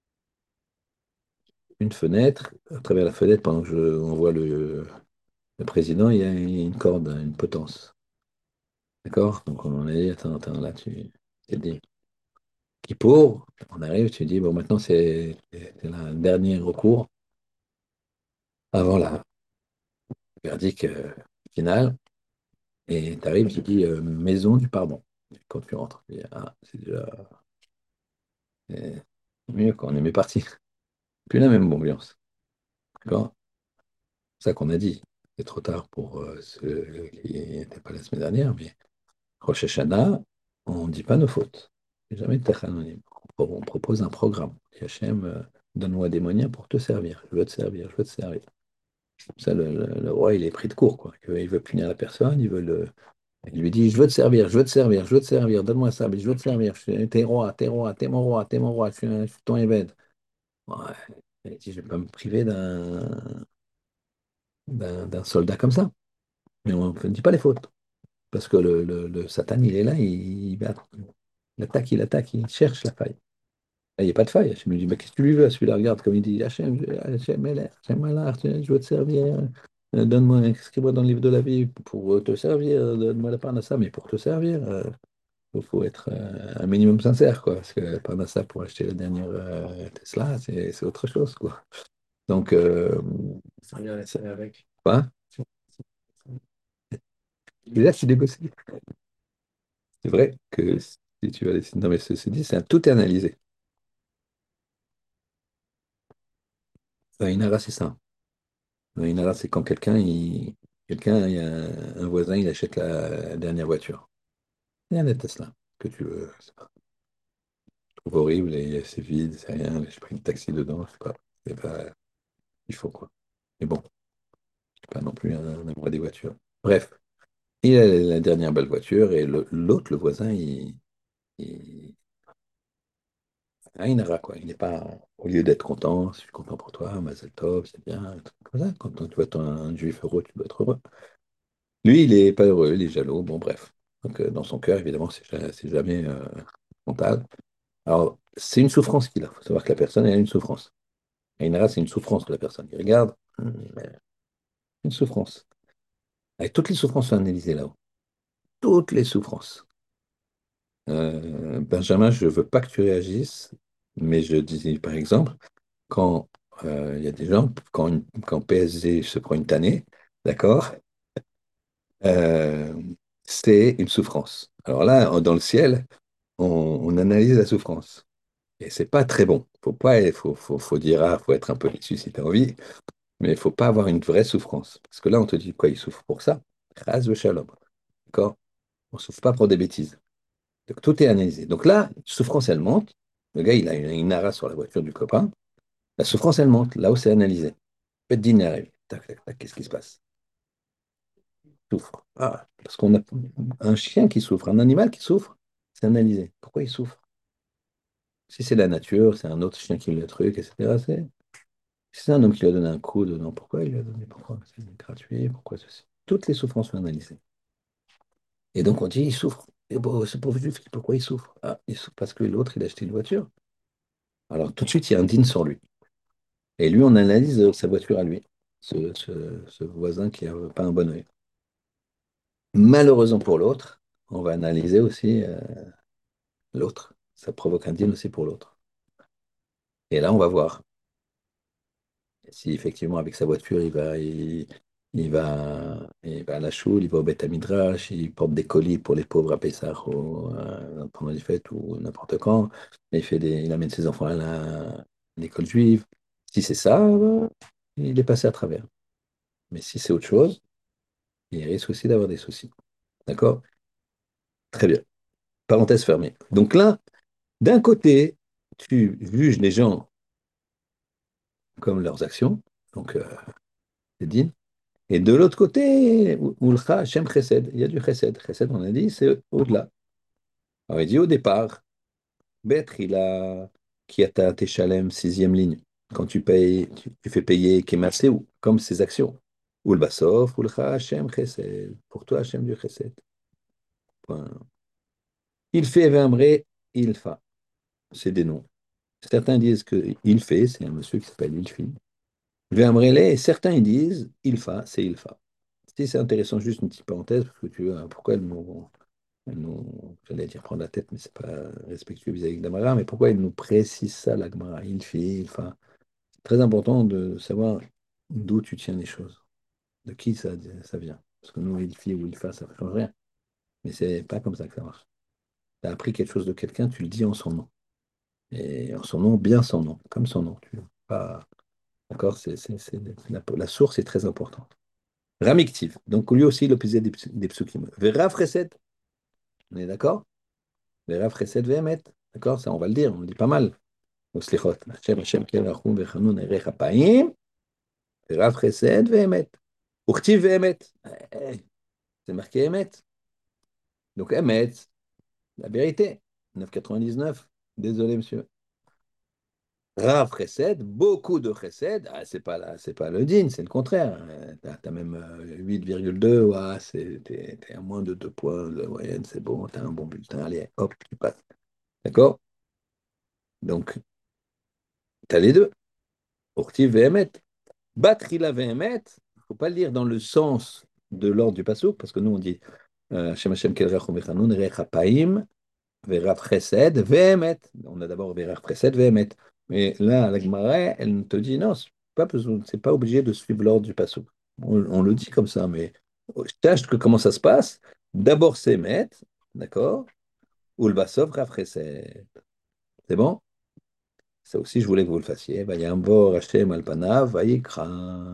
Une fenêtre, à travers la fenêtre, pendant que je, on voit le, le président, il y a une corde, une potence. D'accord? Donc on a dit, attends, attends, là, tu t'es dit. Qui pour, on arrive, tu dis, bon, maintenant c'est c'est le dernier recours avant la verdict euh, final. Et tu arrives, tu dis euh, maison du pardon. Quand tu rentres, tu dis, ah, c'est déjà euh, mieux quand on est mieux parti. Plus la même ambiance. D'accord? C'est ça qu'on a dit. C'est trop tard pour euh, ceux qui n'étaient pas la semaine dernière, mais Rosh Hashanah, on ne dit pas nos fautes. C'est jamais de tachanonyme. On on propose un programme. Et Hachem, euh, donne-moi des moyens pour te servir. Je veux te servir, je veux te servir. Ça, le, le- le roi, il est pris de court, quoi. Il veut, il veut punir la personne, il veut le. Il lui dit, je veux te servir, je veux te servir, je veux te servir, donne-moi ça, mais je veux te servir. Je suis, t'es roi, t'es roi, t'es mon roi, t'es mon roi, je suis, un- je suis ton évêque. Ouais. Il dit, je ne vais pas me priver d'un d'un d'un soldat comme ça. Mais on ne dit pas les fautes. Parce que le, le, le Satan, il est là, il, il va- il attaque, il attaque, il cherche la faille. Là, il n'y a pas de faille. Hachem lui dit, mais qu'est-ce que tu lui veux à celui-là? Regarde comme il dit, Hachem, je- Hachem, est là, Hachem, est là, je veux te servir. Euh, Donne-moi, inscris-moi dans le livre de la vie pour te servir. Donne-moi la parnassa, mais pour te servir, il faut être euh, un minimum sincère, quoi. Parce que parnassa, pour acheter la dernière euh, Tesla, c'est c'est autre chose, quoi. Donc, euh, Ça vient, ça vient avec. quoi? Et là, tu négocies. C'est vrai que si tu vas laisser. Non, mais ceci dit, c'est un tout est analysé. Un Inara, c'est ça. Un Inara, c'est quand quelqu'un, il... quelqu'un, il y a un, un voisin, il achète la, la dernière voiture. Il y a une Tesla que tu veux. C'est pas, je trouve horrible et c'est vide, c'est rien. J'ai pris un taxi dedans, je sais pas. C'est pas. Il faut, quoi. Mais bon, je suis pas non plus un, un amoureux des voitures. Bref, il a la dernière belle voiture et le- l'autre, le voisin, il. il... Ah, il n'aura quoi. Il n'est pas, au lieu d'être content, je suis content pour toi, Mazel Tov, c'est bien, un truc comme ça. Quand tu vois ton, un juif heureux, tu dois être heureux. Lui, il n'est pas heureux, il est jaloux, bon, bref. Donc, euh, dans son cœur, évidemment, c'est ja- c'est jamais euh, frontal. Alors, c'est une souffrance qu'il a. Il faut savoir que la personne, elle a une souffrance. Et une race, c'est une souffrance que la personne. Il regarde, hum, une souffrance. Avec toutes les souffrances sont analysées là-haut. Toutes les souffrances. Euh, Benjamin, je ne veux pas que tu réagisses, mais je disais, par exemple, quand euh, il y a des gens, quand, une- quand P S G se prend une tannée, d'accord, euh, c'est une souffrance. Alors là, en- dans le ciel, on, on analyse la souffrance. Et c'est pas très bon. Faut pas, faut, faut, faut dire, ah, faut être un peu déçu si tu as envie, mais il faut pas avoir une vraie souffrance. Parce que là, on te dit quoi, il souffre pour ça? Ras le shalom. D'accord? On souffre pas pour des bêtises. Donc tout est analysé. Donc là, souffrance, elle monte. Le gars, il a une, une ara sur la voiture du copain. La souffrance, elle monte. Là où c'est analysé. Fait dîner arrive. Tac, tac, tac, qu'est-ce qui se passe? Souffre. Ah, parce qu'on a un chien qui souffre, un animal qui souffre, c'est analysé. Pourquoi il souffre? Si c'est la nature, c'est un autre chien qui le truc, et cetera. C'est si c'est un homme qui lui a donné un coup dedans. Pourquoi il lui a donné? Pourquoi? C'est gratuit. Pourquoi ceci? Toutes les souffrances sont analysées. Et donc on dit, il souffre. Et bon, ce pauvre juif, pourquoi il souffre? Ah, il souffre parce que l'autre, il a acheté une voiture. Alors tout de suite, il y a un din sur lui. Et lui, on analyse euh, sa voiture à lui, ce, ce- ce voisin qui n'a pas un bon œil. Malheureusement pour l'autre, on va analyser aussi euh, l'autre. Ça provoque un din aussi pour l'autre. Et là, on va voir si effectivement avec sa voiture, il va, il, il va, il va à la choule, il va au Beth Midrash, il porte des colis pour les pauvres à Pessah ou, euh, pendant les fêtes ou n'importe quand. Il fait des, il amène ses enfants à la- à l'école juive. Si c'est ça, bah, il est passé à travers. Mais si c'est autre chose, il risque aussi d'avoir des soucis. D'accord? Très bien. Parenthèse fermée. Donc là, d'un côté, tu juges les gens comme leurs actions, donc euh, c'est din. Et de l'autre côté, Ulcha Hashem Chesed, il y a du Chesed. Chesed, on a dit, c'est au-delà. Alors il dit au départ, Betr, il a Kiata Teshalem, sixième ligne. Quand tu payes, tu, tu fais payer Kemassé ou comme ses actions. Ou le Bassof, Ulcha Hashem Chesed. Pour toi, Hashem du Chesed. Point. Il fait Vembré, il fa. C'est des noms. Certains disent que il fait, c'est un monsieur qui s'appelle Ilfi. Vembrele, et certains ils disent il fa, c'est il fa. Si c'est intéressant, juste une petite parenthèse, parce que tu vois, pourquoi elles nous, elles nous- j'allais dire prendre la tête, mais c'est pas respectueux vis-à-vis de la Gemara, mais pourquoi il nous précise ça, la Gemara, il fait, il fa. C'est très important de savoir d'où tu tiens les choses, de qui ça, ça vient. Parce que nous, il fait ou il fa, ça ne change rien. Mais c'est pas comme ça que ça marche. Tu as appris quelque chose de quelqu'un, tu le dis en son nom. Et en son nom, bien son nom, comme son nom. Tu, pas, d'accord? C'est, c'est, c'est- la, la source est très importante. Ramiktiv. Donc lui aussi, il opposait des, ps- des psukim. Verav Chesed. On est d'accord? Verav Chesed Vehemet. D'accord? Ça, on va le dire. On le dit pas mal. Au Slichot. Hashem, Hashem, Kel Rachum, Vechanun, Erech Apayim. Verav Chesed Vehemet. Uchtiv Vehemet. Eh, c'est marqué Emet. Donc Emet, la vérité. neuf virgule quatre-vingt-dix-neuf. Désolé, monsieur. Rav Chesed, beaucoup de Chesed, ah, c'est pas la, c'est pas le din, c'est le contraire. Euh, T'as, t'as même euh, huit virgule deux, ouais, c'est, t'es, t'es à moins de deux points de moyenne, c'est bon, t'as un bon bulletin, allez, hop, tu passes. D'accord? Donc, t'as les deux. Urtiv Vehemet. Batrila Vehemet, il ne faut pas le lire dans le sens de l'ordre du passouk, parce que nous on dit euh, Hashem Hashem Kel Rachum Echanun, Erech Apayim, Verav Chesed, Vehemet. On a d'abord Verav Chesed, Vehemet. Mais là, la Gemara, elle te dit non, c'est pas besoin, c'est pas obligé de suivre l'ordre du passage. On, on le dit comme ça, mais sache que comment ça se passe. D'abord, c'est Met, d'accord? Ou le Basov, Rav Chesed. C'est bon? Ça aussi, je voulais que vous le fassiez. Vayamvor Hashem al panav, vayikra.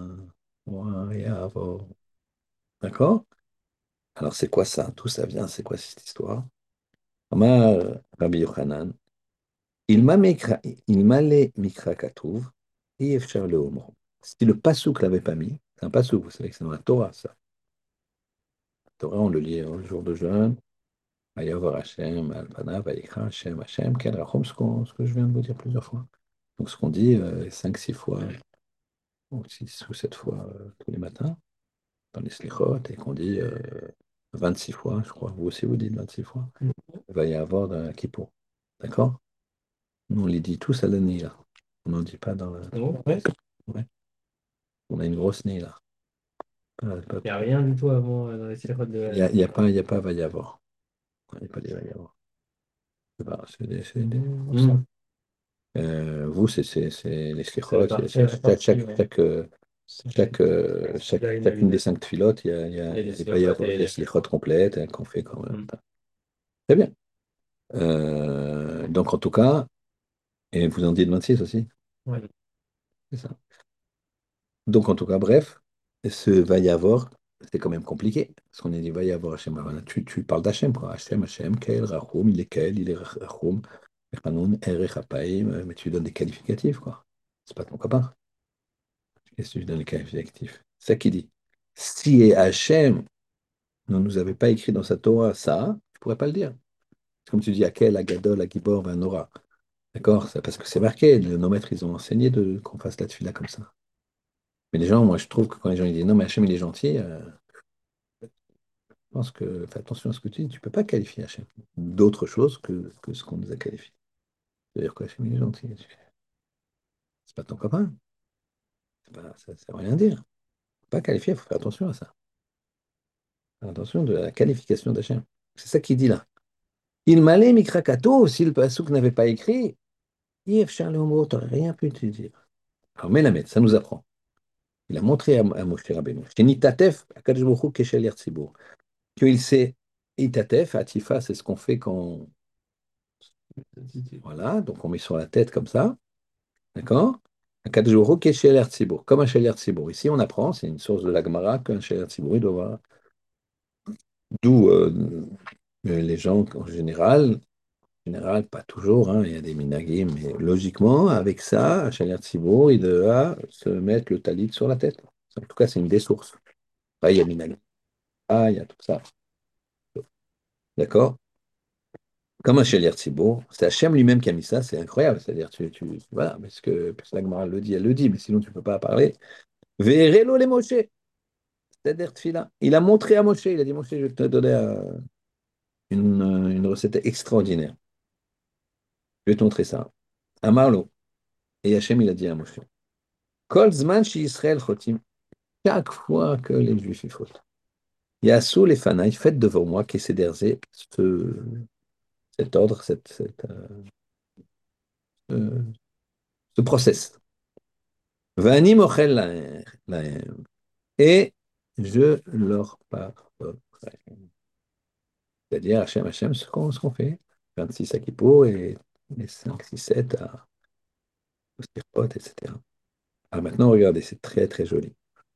Vayavor. D'accord? Alors, c'est quoi ça? D'où ça vient? C'est quoi cette histoire? Amar Rabbi Yochanan. Il m'a mikra- il m'allait mikra katouv, et efshar le homro. Si le pasouk l'avait pas mis, c'est un pasouk, vous savez que c'est dans la Torah, ça. La Torah, on le lit au jour de jeûne. Vayavar Hashem, Alpana, Vayikra Hashem, Hashem, Ken Rachum, ce, qu'on- ce que je viens de vous dire plusieurs fois. Donc, ce qu'on dit euh, cinq, six fois, ou six ou sept fois euh, tous les matins, dans les slichot, et qu'on dit euh, vingt-six fois, je crois. Vous aussi, vous dites vingt-six fois. Il va y avoir dans Kippour. D'accord? Nous, on les dit tous à l'année, là. On n'en dit pas dans la... Non, ouais. Ouais. On a une grosse nez là. Pas- pas- Il n'y a rien du tout avant euh, dans les sirops de Il n'y a, la. il y a pas, il y a pas va y avoir. Il n'y a pas des va y avoir. C'est pas- c'est des- c'est des- ça. Hmm. Euh, vous, c'est c'est- c'est les C'est la slichot. il y a partie, la Chaque, chaque, partie, chaque, ouais. chaque, euh, chaque, euh, chaque- Là, il y a chacune des une- cinq filotes, il y a, il y a, il y a des il va y sirops avoir et des les. slichot complètes hein, qu'on fait quand même. Hmm. Très bien. Euh, donc, en tout cas, Et vous en dites vingt-six aussi, Ouais. c'est ça. Donc, en tout cas, bref, ce va y avoir, c'est quand même compliqué. Parce qu'on a dit, va y avoir Hachem. Alors là, tu, tu parles d'Hachem, quoi. Hachem, Hachem, Kel, Rachum, il est Kel, il est Rachum, Echanoun, Erech, Hapaim, euh, mais tu donnes des qualificatifs, quoi. C'est pas ton copain. Qu'est-ce que tu donnes des qualificatifs? C'est ça qui dit. Si Hachem ne nous avait pas écrit dans sa Torah ça, tu pourrais pas le dire. C'est comme tu dis, Akel, Agadol, Agibor, Vanora. D'accord? C'est parce que c'est marqué. Nos maîtres, ils ont enseigné de, qu'on fasse la tefila comme ça. Mais les gens, moi, je trouve que quand les gens ils disent non, mais Hachem, il est gentil, euh, je pense que fais attention à ce que tu dis. Tu peux pas qualifier Hachem d'autre chose que, que ce qu'on nous a qualifié. C'est-à-dire que Hachem, il est gentil. C'est pas ton copain. C'est pas, ça ne veut rien dire. Faut pas qualifier, il faut faire attention à ça. Faire attention de la qualification d'Hachem. C'est ça qu'il dit là. Il m'allait mikrakato, si le passouk n'avait pas écrit, Yves Charles Homo, tu n'aurais rien pu te dire. Alors, Mélamed, ça nous apprend. Il a montré à, à Moshe Rabbeinu, Shenitatef, Akadosh Baruch Hu Keshel Yertzibur, qu'il sait, Itatef, Atifa, c'est ce qu'on fait quand, voilà, donc on met sur la tête comme ça, d'accord? Akadosh Baruch Hu Keshel Yertzibur, comme un Shel Yertzibur. Ici, on apprend, c'est une source de la Gemara, qu'un Shel Yertzibur, il doit avoir. D'où euh, les gens, en général, en général, pas toujours, hein, il y a des minagim, mais logiquement, avec ça, un Shel Yertzibur, il doit se mettre le talit sur la tête. En tout cas, c'est une des sources. Après, il y a minagim. Ah, il y a tout ça. D'accord? Comme un Sheliach Tzibour, c'est Hachem lui-même qui a mis ça, c'est incroyable. C'est-à-dire, tu, tu, voilà, parce que, parce que la Gemara le dit, elle le dit, mais sinon tu ne peux pas parler. Ve'erelo les Moshe, c'est-à-dire Tfila. Il a montré à Moshe, il a dit Moshe, je vais te donner euh, une, euh, une recette extraordinaire. Je vais te montrer ça. Amarlo. Et Hachem, il a dit à Moshe, Kol zman shi Yisrael chotim. Chaque fois que les Juifs ils fautent. Yassou les fanaï, faites devant moi, Kesederze, ce, cet ordre, cette, cette, euh, euh, ce process. Vani mochel lahem. Et je leur pardonnerai. C'est-à-dire, Hachem, Hachem, ce qu'on ce qu'on fait. vingt-six à Kippour et les cinq, six, sept à Sirot, et cetera. Alors maintenant, regardez, c'est très très joli.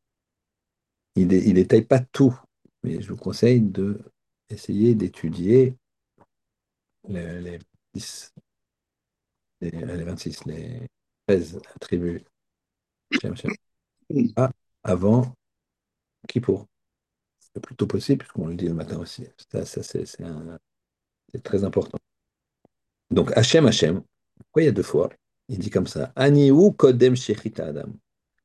Il ne détaille pas tout, mais je vous conseille de essayer d'étudier les, les, dix, les, les vingt-six, les treize attributs Hachem, Hachem, à- avant Kippour. Le plus tôt possible, puisqu'on le dit le matin aussi. Ça, ça, c'est c'est un- c'est très important. Donc, Hachem, Hachem, pourquoi il y a deux fois? Il dit comme ça, Aniou Kodem Shechita Adam.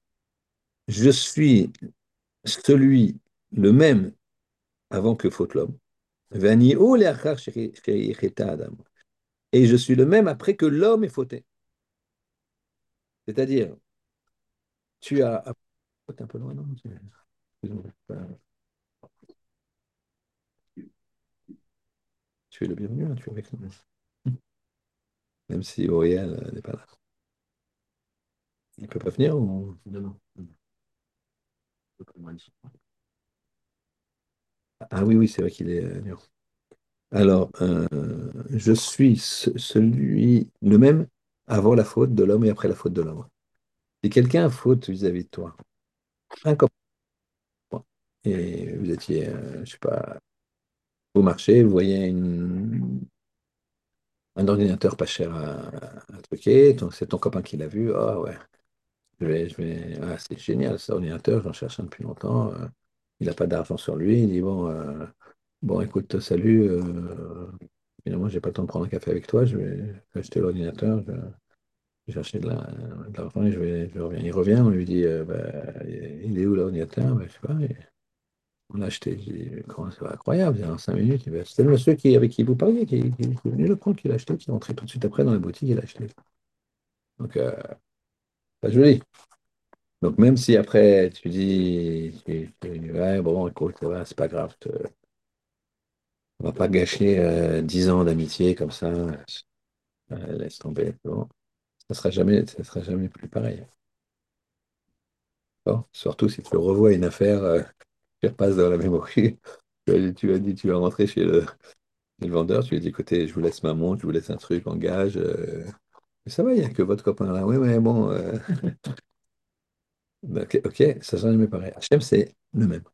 Je suis celui, le même, avant que faute l'homme. Vaniou Leachar Shechita Adam. Et je suis le même après que l'homme est fauté. C'est-à-dire, tu as. T'es un peu loin, non? Excuse-moi, pas- Tu es le bienvenu, hein, tu es avec nous. Même si Auriel euh, n'est pas là. Il ne peut pas venir ou... Non, non. Ah oui, oui, c'est vrai qu'il est euh, Lyon. Alors, euh, je suis ce- celui, le même avant la faute de l'homme et après la faute de l'homme. Si quelqu'un a faute vis-à-vis de toi, un copain, et vous étiez, euh, je sais pas, au marché, vous voyez une- un ordinateur pas cher à, à truquer, donc c'est ton copain qui l'a vu, ah ouais, je vais, je vais, ah, c'est génial cet ordinateur, j'en cherche un depuis longtemps, euh, il n'a pas d'argent sur lui, il dit bon, euh, bon écoute, salut, euh, finalement j'ai pas le temps de prendre un café avec toi, je vais acheter l'ordinateur, j'ai cherché de la- de l'argent et je, vais, je reviens. Il revient, on lui dit euh, bah, il est où l'ordinateur? Bah, je sais pas. Et on l'a acheté. Je dis, comment c'est incroyable, en cinq minutes. Il dit, bah, c'était le monsieur qui, avec qui vous parliez, qui, qui- qui est venu le prendre, qui l'a acheté, qui est rentré tout de suite après dans la boutique, il l'a acheté. Donc, euh, pas joli. Donc, même si après tu dis, tu- tu- ouais, bon, écoute, ouais, c'est pas grave, te- on va pas gâcher euh, dix ans d'amitié comme ça, euh, laisse tomber. Bon, ça sera jamais, ça sera jamais plus pareil. Bon, surtout si tu revois une affaire. euh, Tu repasses dans la mémoire. Tu as, tu as dit, tu vas rentrer chez le, chez le vendeur, tu lui as dit, écoutez, je vous laisse ma montre, je vous laisse un truc en gage, euh, Mais ça va, il n'y a que votre copain là. Oui, mais bon. euh, bah, ok, ok, ça sera jamais pareil. Hachem, c'est le même.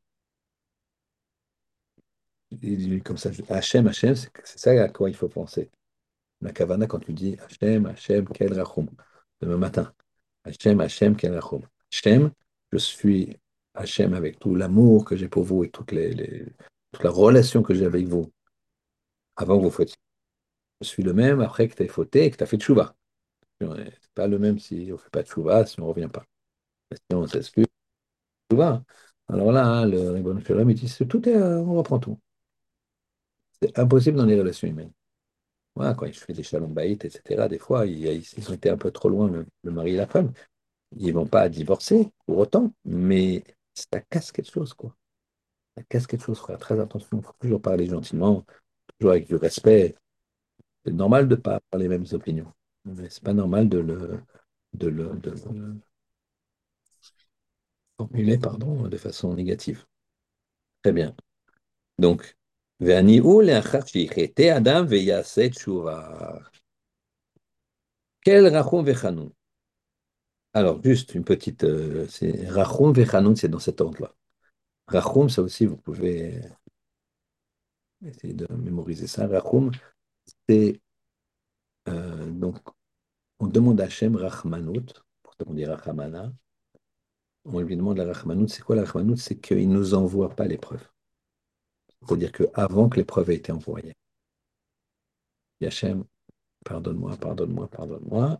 Il dit comme ça, Hachem, Hachem, c'est c'est ça à quoi il faut penser. La Kavana, quand tu dis Hachem, Hachem, quel rachum, demain matin. Hachem, Hachem, quel rachum. Hachem, je suis Hachem avec tout l'amour que j'ai pour vous et toutes les, les- toute la relation que j'ai avec vous avant que vous fautiez. Je suis le même après que tu aies fauté et que tu as fait tchouva. C'est pas le même si on ne fait pas de tchouva, si on ne revient pas. Si on s'excuse, tchouva. Alors là, hein, le Ribbon Shalom, il dit c'est- tout est, euh, on reprend tout. C'est impossible dans les relations humaines. Voilà, quand je fais des shalom baït, et cetera, des fois, ils, ils ont été un peu trop loin, le, le mari et la femme. Ils ne vont pas divorcer pour autant, mais ça casse quelque chose, quoi. Ça casse quelque chose, frère. Très attention, il faut toujours parler gentiment, toujours avec du respect. C'est normal de ne pas avoir les mêmes opinions. Mais c'est pas normal de le, de le, de le formuler, pardon, de façon négative. Très bien. Donc, והניהול לאחר שיחטא אדם ויעשה תשובה. quel rachum וחנון. Alors, juste une petite. Euh, c'est Rachum Vechanun, c'est dans cet ordre-là. Rachum, ça aussi, vous pouvez essayer de mémoriser ça. Rachum, c'est. euh, donc, on demande à Hachem Rachmanout, pour ça qu'on dit Rachamana. On lui demande la Rachmanout. C'est quoi la Rachmanout? C'est qu'il ne nous envoie pas l'épreuve. C'est-à-dire qu'avant que l'épreuve ait été envoyée, il y a Hachem, pardonne-moi, pardonne-moi, pardonne-moi.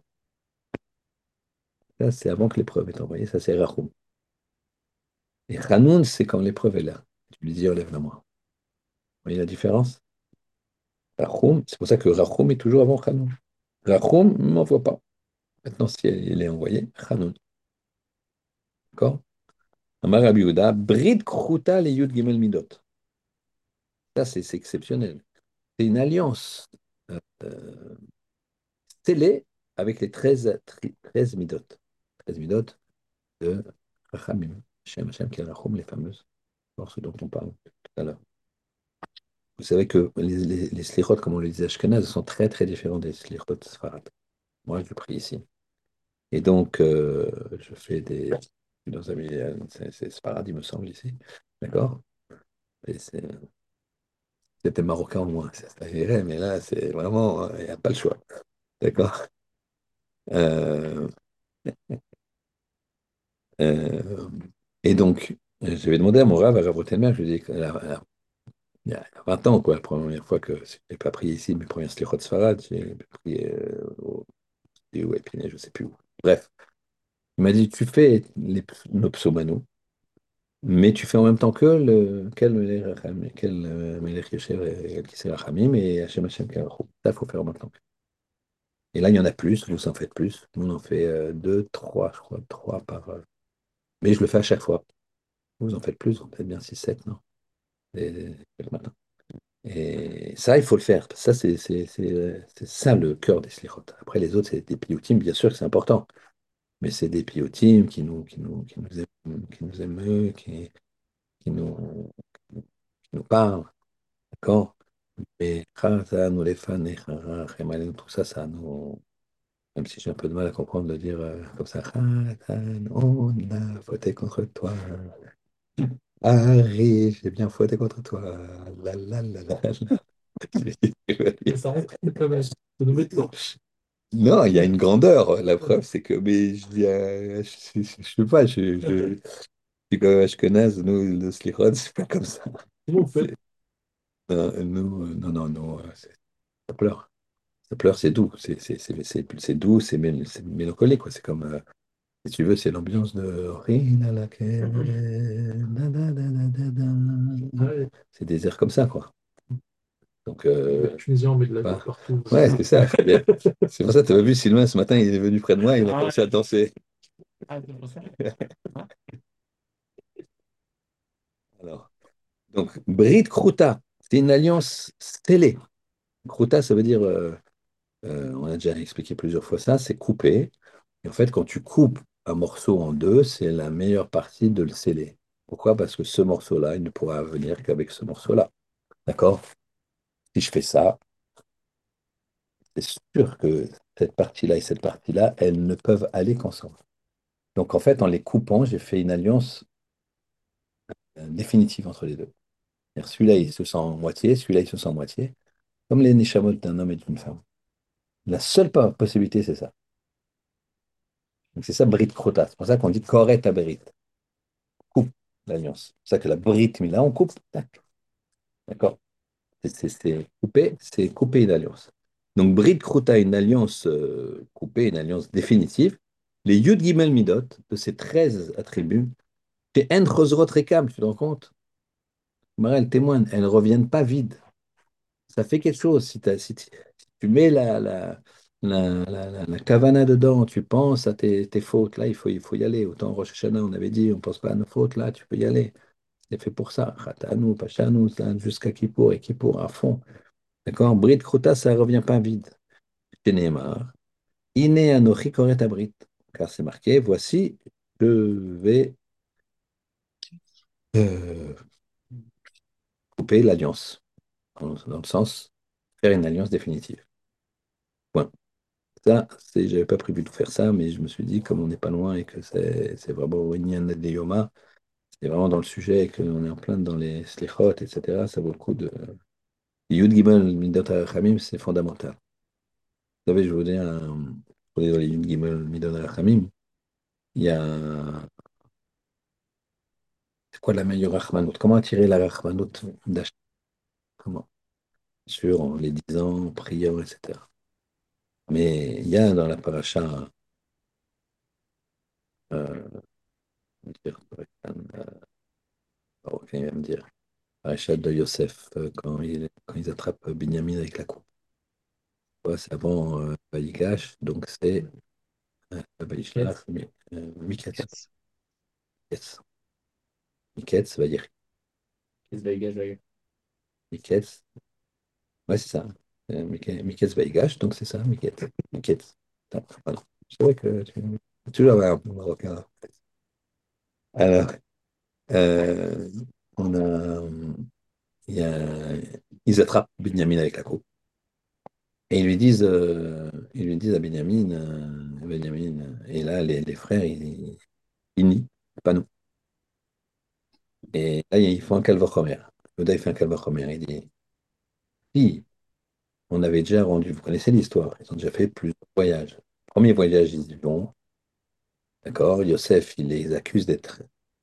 Ça, c'est avant que l'épreuve ait été envoyée. Ça, c'est Rachum. Et Chanoun, c'est quand l'épreuve est là. Tu lui dis, relève la moi. Vous voyez la différence? Rachum, c'est pour ça que Rachum est toujours avant Chanoun. Rachum ne m'envoie pas. Maintenant, si il est envoyé, Chanoun. D'accord? Amar Rabbi Yehuda, Brit Kruta le Yud Gimel Midot. Ça, c'est c'est exceptionnel. C'est une alliance euh, euh, scellée avec les treize tri- treize Midot. treize Midot de Rachamim. Shem Hashem, qui est Rachum, les fameuses forces dont on parle tout à l'heure. Vous savez que les, les, les slichot, comme on les dit Ashkenaz, sont très très différents des slichot Sfarad. Moi, je prie ici. Et donc, euh, je fais des. Je suis dans un milieu, c'est c'est Sfarad, il me semble, ici. D'accord? Et c'est- C'était marocain au moins, ça ça irait, mais là, c'est vraiment. Il n'y a pas le choix. D'accord? Euh, euh, et donc, je vais demander à mon rave, à Rav Rothenberg, je lui ai dit, là, là, il y a vingt ans, quoi, la première fois que je n'ai pas prié ici, mes premières slichot Sfarad, j'ai prié euh, au ou à Épinay, je ne sais plus où. Bref, il m'a dit, tu fais les, nos psaumanos, mais tu fais en même temps que le quel Melech Racham- quel euh, Melech Yoshev et Kisei Rachamim et Hashem Hashem Karachu. Ça, il faut faire en même temps. Et là, il y en a plus, vous en faites plus. Nous, on en fait euh, deux, trois, je crois, trois par. euh, Mais je le fais à chaque fois. Vous en faites plus, vous en faites bien six, sept, non? Et- et- le matin. Et ça, il faut le faire. Ça, c'est c'est- c'est, euh, c'est ça le cœur des slichot. Après, les autres, c'est des piyutim, bien sûr que c'est important. Mais c'est des piyutim qui nous, qui nous, qui nous aiment, qui nous émeut, qui, qui nous, qui nous parlent. D'accord? Et Chazan ou les fans, et Chara, Chemalin, tout ça, ça nous. Même si j'ai un peu de mal à comprendre de dire euh, comme ça, Chazan, on a fauté contre toi. Harry, j'ai bien fauté contre toi. La la la la la. Et ça rentre quand même. Ça nous met dedans. Non, il y a une grandeur. La preuve, c'est que mais je dis, euh, je, je, je sais pas, je, je, je suis comme Ashkenaz, nous, le slichot, c'est pas comme ça. Comment vous faites? C'est- Non, nous, euh, non, non, non, euh, c'est- ça pleure. Ça pleure, c'est doux. C'est c'est- c'est- c'est- c'est doux, c'est mél- c'est mélancolique, quoi. C'est comme, euh, si tu veux, c'est l'ambiance de Rina laquelle, da, da, da, da, da, da. Ouais, C'est des airs comme ça, quoi. Donc, les euh, Tunisiens, on met de la bière voilà. partout. Ouais, c'est ça. C'est pour ça que tu as vu Sylvain ce matin, il est venu près de moi, il a Ah, commencé à danser. ah, c'est pour ça. Alors, donc, Brit Kruta, c'est une alliance scellée. Kruta, ça veut dire, euh, euh, on a déjà expliqué plusieurs fois ça, c'est couper. Et en fait, quand tu coupes un morceau en deux, c'est la meilleure partie de le sceller. Pourquoi? Parce que ce morceau-là, il ne pourra venir qu'avec ce morceau-là. D'accord? Si je fais ça, c'est sûr que cette partie-là et cette partie-là, elles ne peuvent aller qu'ensemble. Donc en fait, en les coupant, j'ai fait une alliance euh, définitive entre les deux. C'est-à-dire, celui-là, il se sent moitié, celui-là, il se sent moitié, comme les neshamot d'un homme et d'une femme. La seule po- possibilité, c'est ça. Donc c'est ça, Brit Krota. C'est pour ça qu'on dit Koret Aberit. Coupe l'alliance. C'est pour ça que la Brit Mila, on coupe. Tac. D'accord? C'est c'est- c'est couper, c'est couper une alliance. Donc Brit Krota, une alliance euh, coupée, une alliance définitive. Les Yud Gimel Midot, de ces treize attributs, c'est En Chosrot Rekam, tu te rends compte? Mara, elle témoigne, elles ne reviennent pas vides. Ça fait quelque chose. Si, t'as- si tu si tu mets la, la, la, la, la- la kavana dedans, tu penses à tes, tes fautes, là, il faut, il faut y aller. Autant Rosh Hashanah, on avait dit, on ne pense pas à nos fautes, là, tu peux y aller. C'est fait pour ça. Chatanu, Pashanu, ça, jusqu'à Kippour et Kippour à fond. D'accord? Brit Kruta, ça ne revient pas vide. Chez Nehemar, Ine Anochi Koret Abrit. Car c'est marqué, voici, je vais euh, couper l'alliance. Dans, dans le sens, faire une alliance définitive. Point. Ça, c'est, j'avais pas prévu de faire ça, mais je me suis dit, comme on n'est pas loin et que c'est c'est vraiment Inyan de Yoma, c'est vraiment dans le sujet et qu'on est en plein dans les slichot, et cetera, ça vaut le coup de. Yud Gimel Midot HaRachamim, c'est fondamental. Vous savez, je vais vous dire, un- pour les dans les Yud Gimel Midot HaRachamim, il y a. C'est quoi la meilleure Rachmanout? Comment attirer la Rachmanout d'achat? Comment? Sur en les disant, en priant, et cetera. Mais il y a dans la paracha, euh, comment dire, euh, ok, il va me dire. Parachat de Yosef, euh, quand, il- quand ils attrapent Binyamin avec la coupe. Ouais, c'est avant euh, Vaïgash, donc c'est euh, Vaïshlach, Mi- euh, Miketz. Quatre. Miketz, Miketz, va dire Qu'est-ce que je Miketz. Ouais, c'est ça. Euh, Mike- Miketz Vaïgash, donc c'est ça, Miketz. Miketz. Attends, voilà. C'est vrai que tu tu toujours avoir un peu marocain. Alors, euh, on a, il y a- ils attrapent Binyamin avec la coupe. Et ils lui disent, euh, ils lui disent à Benjamin, euh, Benjamin, euh, et là, les, les frères, ils, ils nient, pas nous. Et là, ils font un calvachomer. Yoda, il fait un calvachomer. Il dit, si, on avait déjà rendu, vous connaissez l'histoire, ils ont déjà fait plusieurs voyages. Premier voyage, ils disent, bon, d'accord, Yosef, il les accuse d'être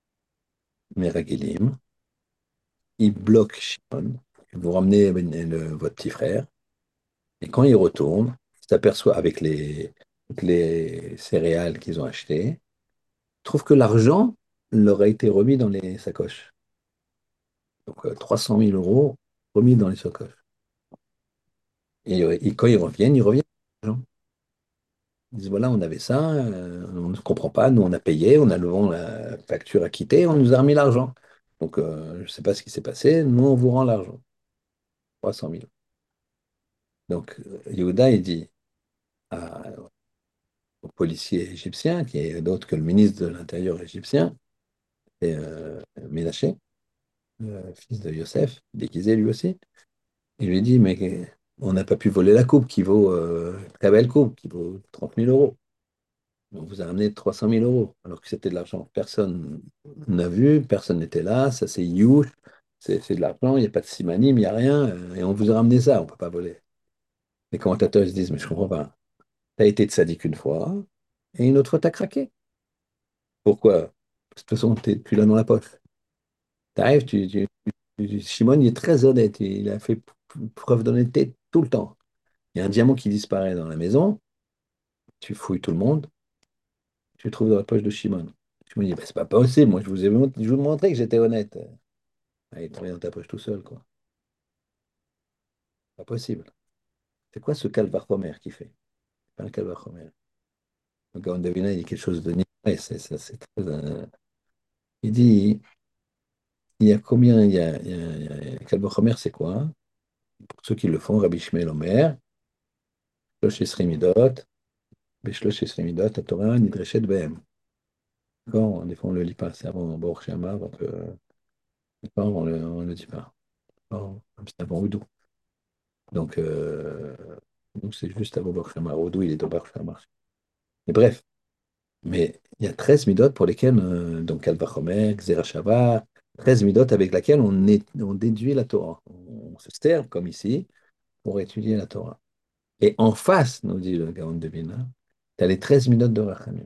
Meragelim. Il bloque Shimon. Vous ramenez ben, le- votre petit frère. Et quand il retourne, il s'aperçoit avec les, toutes les céréales qu'ils ont achetées, trouve que l'argent leur a été remis dans les sacoches. Donc euh, trois cent mille euros remis dans les sacoches. Et, euh, et quand ils reviennent, ils reviennent avec l'argent. Ils disent voilà, on avait ça, euh, on ne comprend pas, nous on a payé, on a le vent, la facture à quitter, on nous a remis l'argent. Donc euh, je ne sais pas ce qui s'est passé, nous on vous rend l'argent, trois cent mille. Donc euh, Yehuda, il dit à- au policier égyptien, qui est d'autre que le ministre de l'Intérieur égyptien, et euh, Ménaché, le fils de Yosef, déguisé lui aussi. Il lui dit, mais on n'a pas pu voler la coupe qui vaut, euh, très belle coupe, qui vaut trente mille euros. On vous a ramené trois cent mille euros, alors que c'était de l'argent. Personne n'a vu, personne n'était là, ça c'est you, c'est c'est de l'argent, il n'y a pas de simanim, il n'y a rien, euh, et on vous a ramené ça, on ne peut pas voler. Les commentateurs se disent, mais je comprends pas. Tu as été de sadique une fois, et une autre fois, tu as craqué. Pourquoi? De toute façon, t'es- tu l'as dans la poche. Tu arrives, tu, tu, tu- Shimon, il est très honnête, il a fait p- preuve d'honnêteté tout le temps. Il y a un diamant qui disparaît dans la maison, tu fouilles tout le monde, tu le trouves dans la poche de Shimon. Je me dis, bah, c'est pas possible, moi je vous ai mont- je vous montrais que j'étais honnête. Ah, il te met dans ta poche tout seul, quoi. Pas possible. C'est quoi ce calvachomer qu'il fait? C'est pas un calvachomer. Le Gaon Davina, il dit quelque chose de ouais, c'est ça, c'est très, euh, il dit, il y a combien, il y a, il y a, il y a- le calvachomer, c'est quoi? Pour ceux qui le font, Rabbi Shmuel Omer, Shlosh Esrim Midot, Beshlosh Esrim Midot, Torah, Nidreshet Behem. D'accord? Des fois, on ne le lit pas, c'est avant Baruch Shema, donc euh, on ne le, on le dit pas. Bon, comme c'est avant Oudou. Donc, euh, Donc c'est juste à Bobar Shamar, Odou, il est Bobar Shamar. Et bref, mais il y a treize midot pour lesquelles, euh, donc Kal Vachomer, Gzera Shava, treize midot avec lesquelles on, est, on déduit la Torah. On se sert, comme ici, pour étudier la Torah. Et en face, nous dit le Gaon de Vilna, tu as les treize midot de Rachamim.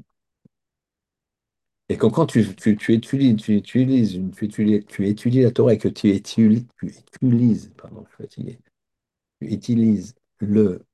Et quand, quand tu, tu, tu étudies, tu, tu utilises une- tu, étudies, tu étudies la Torah et que tu étudies, tu utilises, pardon, je suis fatigué, tu utilises le,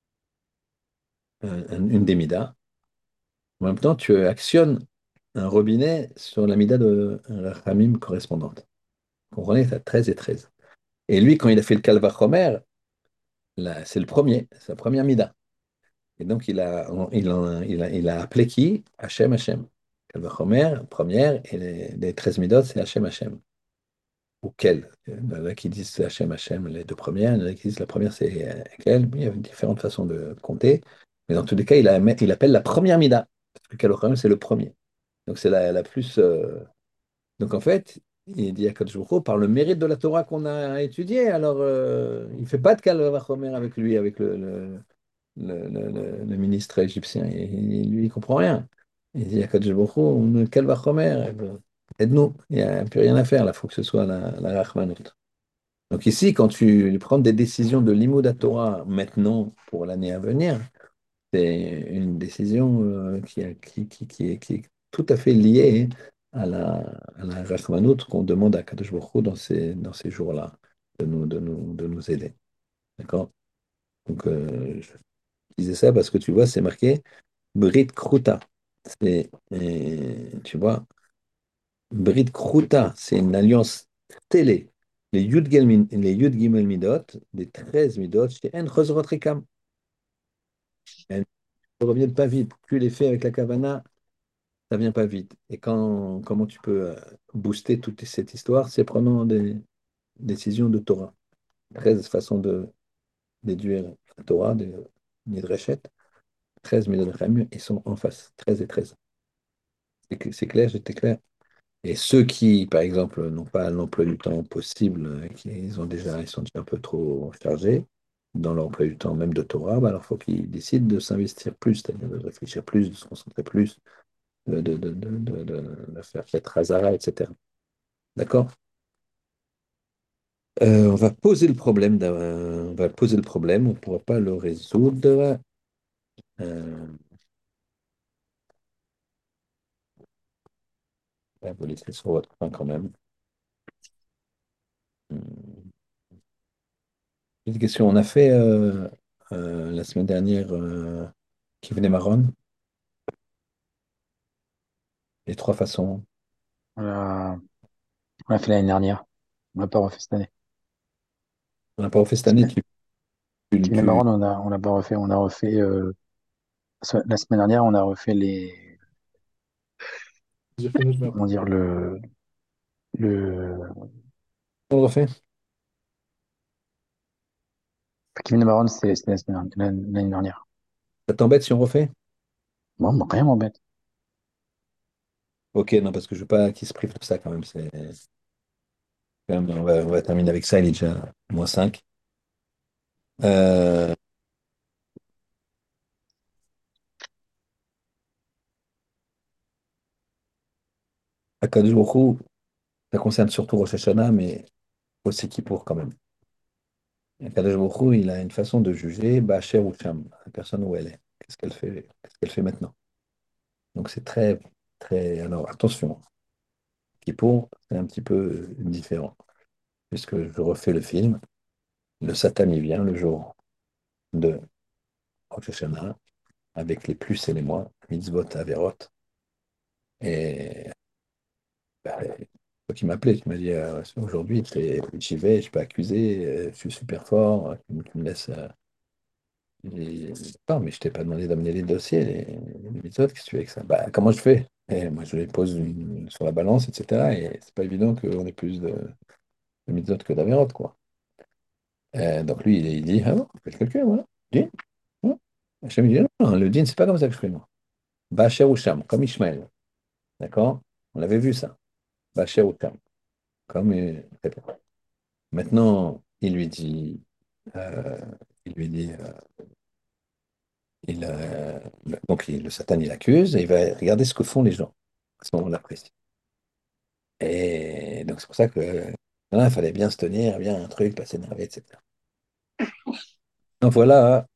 un- un- une des midas, en même temps, tu actionnes un robinet sur la mida de Rachamim correspondante. Vous comprenez, tu as treize et treize. Et lui, quand il a fait le Kalvachomer, là, c'est le premier, c'est la première mida. Et donc, il a, il a, il a, il a appelé qui? Hachem, Hachem. Kalvachomer, première, et les, les treize midot, c'est Hachem, Hachem. Ou quel. Il y en a qui disent c'est Hachem, Hachem, les deux premières. Il y en a qui disent la première c'est euh, quel. Il y a différentes façons de compter. Mais dans tous les cas, il, a, il appelle la première Mida. Parce que Kalochem, c'est le premier. Donc c'est la, la plus. euh, Donc en fait, il dit à Kadosh Baruch Hu, par le mérite de la Torah qu'on a étudiée, alors euh, il ne fait pas de Kalvachomer avec lui, avec le, le, le, le- le- le ministre égyptien. Et, et lui, il ne comprend rien. Il dit à Kadosh Baruch Hu, on- Kalvachomer, aide-nous. Il n'y a plus rien à faire là, il faut que ce soit la, la Rachmanout. Donc ici, quand tu prends des décisions de Limoud Torah maintenant pour l'année à venir, c'est une décision euh, qui, a- qui, qui, qui est, qui est tout à fait liée à la, à la Rachmanout qu'on demande à Kadosh Baruch Hu dans ces, dans ces jours-là, de nous, de nous, de nous aider. D'accord? Donc euh, je disais ça parce que tu vois, c'est marqué Brit Kruta. C'est, euh, tu vois, Brit Kruta, c'est une alliance télé. Les Yud Gimel les Yud Gimel Midot, les treize Midot, c'est En Chosrot Rekam. Elles ne reviennent pas vite. Tu les fais avec la Kavana, ça vient pas vite. Et quand, comment tu peux euh, booster toute cette histoire? C'est prenant des décisions de Torah. treize façons de déduire la Torah, de Midrashet. treize Midot Rekam, ils sont en face. treize et treize. C'est que- c'est clair, j'étais clair. Et ceux qui, par exemple, n'ont pas l'emploi du temps possible, euh, qui ils ont déjà, ils sont déjà un peu trop chargés dans leur emploi du temps, même de Torah, bah alors il faut qu'ils décident de s'investir plus, c'est-à-dire de réfléchir plus, de se concentrer plus, de, de, de, de, de- de- de faire peut-être Hazara, et cetera. D'accord? Euh, on va poser le problème, d'un- on va poser le problème, on ne pourra pas le résoudre. Euh, on va vous laisser sur votre fin quand même. Hum. Une question, on a fait euh, euh, la semaine dernière euh, qui venait Maron. Les trois façons. On l'a on l'a fait l'année dernière. On l'a pas refait cette année. On n'a pas refait cette année. Semaine- Tu, tu, Kevin tu- Marron, on a, on l'a pas refait. On a refait, euh, se- la semaine dernière, on a refait les, J'ai fait notre merde. comment dire, le, le, on le refait. Kevin Marron, c'était c'était la semaine- l'année l'année dernière. Ça t'embête si on refait? Bon, bah, rien m'embête. Ok, non, parce que je veux pas qu'il se prive de ça quand même. C'est quand même- on va, on va terminer avec ça. Il est déjà moins cinq. Euh, Akadosh Baruch Hu, ça concerne surtout Rosh Hashanah, mais aussi Kippour quand même. Akadosh Baruch Hu, il a une façon de juger Ba'asher ou Sham, la personne où elle est. Qu'est-ce qu'elle fait, qu'est-ce qu'elle fait maintenant? Donc c'est très, très. Alors attention, Kippour, c'est un petit peu différent. Puisque je refais le film, le Satan y vient le jour de Rosh Hashanah, avec les plus et les moins, mitzvot, averot. Et bah, toi qui m'appelais, tu m'as dit euh, aujourd'hui, c'est- j'y vais, je peux accuser, euh, je suis super fort, tu, me tu me laisses. euh, j'ai- non, mais je t'ai pas demandé d'amener les dossiers, les, les mitzvot, qu'est-ce que tu fais avec ça? Bah, comment je fais? Et moi, je les pose une- sur la balance, et cetera. Et c'est pas évident qu'on ait plus de, de mitzvot que d'averot, quoi. Euh, donc lui, il, il dit, ah bon, fais le calcul, voilà. Dis, hein. Hachem, il dit, non, le din, c'est pas comme ça que je fais, moi. Bacher ou Sham, comme Ishmaël. D'accord? On l'avait vu ça. Bacher ou Sham, comme euh, maintenant, il lui dit, euh, il lui dit, euh, il, euh, le- donc il- le Satan, il accuse et il va regarder ce que font les gens à ce moment-là précis. Et donc c'est pour ça que voilà, il fallait bien se tenir, bien un truc, pas s'énerver, et cetera. Donc voilà,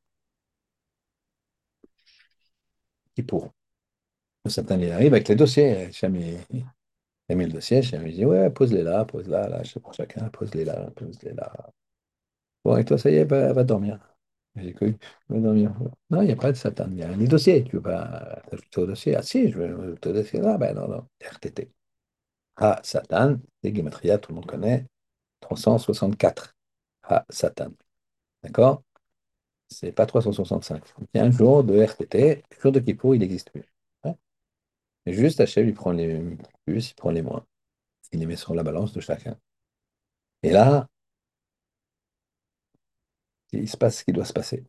qui pour. Le Satan, il arrive avec les dossiers. Hacham, il, il a mis le dossier, Hacham, il dit, ouais, pose-les là, pose-là, là, je sais pour chacun, pose-les là, pose-les là. Bon, et toi, ça y est, va, va dormir. J'ai cru, va dormir. Non, il n'y a pas de Satan, il y a ni dossier. Tu veux pas t'ajouter au dossier? Ah si, je veux ajouter au dossier. Ah ben non, non, R T T. Ah, Satan, c'est Gematria, tout le monde connaît, trois cent soixante-quatre. Ah, Satan. D'accord? C'est pas trois cent soixante-cinq. Il y a un jour de R T T, le jour de Kippour, il n'existe plus. Ouais. Et juste, Hachem, il prend les plus, il prend les moins. Il les met sur la balance de chacun. Et là, il se passe ce qui doit se passer.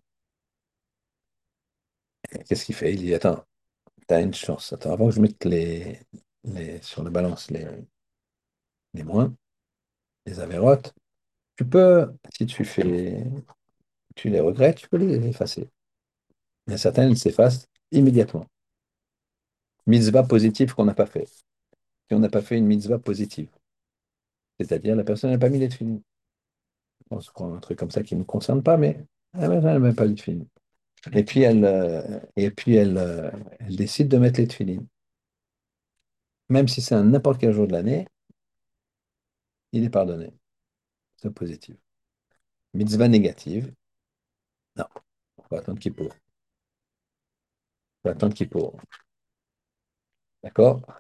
Et qu'est-ce qu'il fait? Il dit, attends, tu as une chance. Attends, avant que je mette les, les, sur la balance les, les moins, les avérotes, tu peux, si tu fais, tu les regrettes, tu peux les effacer. Il y a certaines, elles s'effacent immédiatement. Mitzvah positive qu'on n'a pas fait. Si on n'a pas fait une mitzvah positive, c'est-à-dire la personne n'a pas mis les tefilines. On se prend un truc comme ça qui ne nous concerne pas, mais elle n'a même pas les tefilines. Et puis elle, euh, et puis elle, euh, elle décide de mettre les tefilines. Même si c'est un n'importe quel jour de l'année, il est pardonné. C'est positif. Mitzvah négative, non. Il faut attendre qu'il pour. Il faut attendre qu'il pour. D'accord?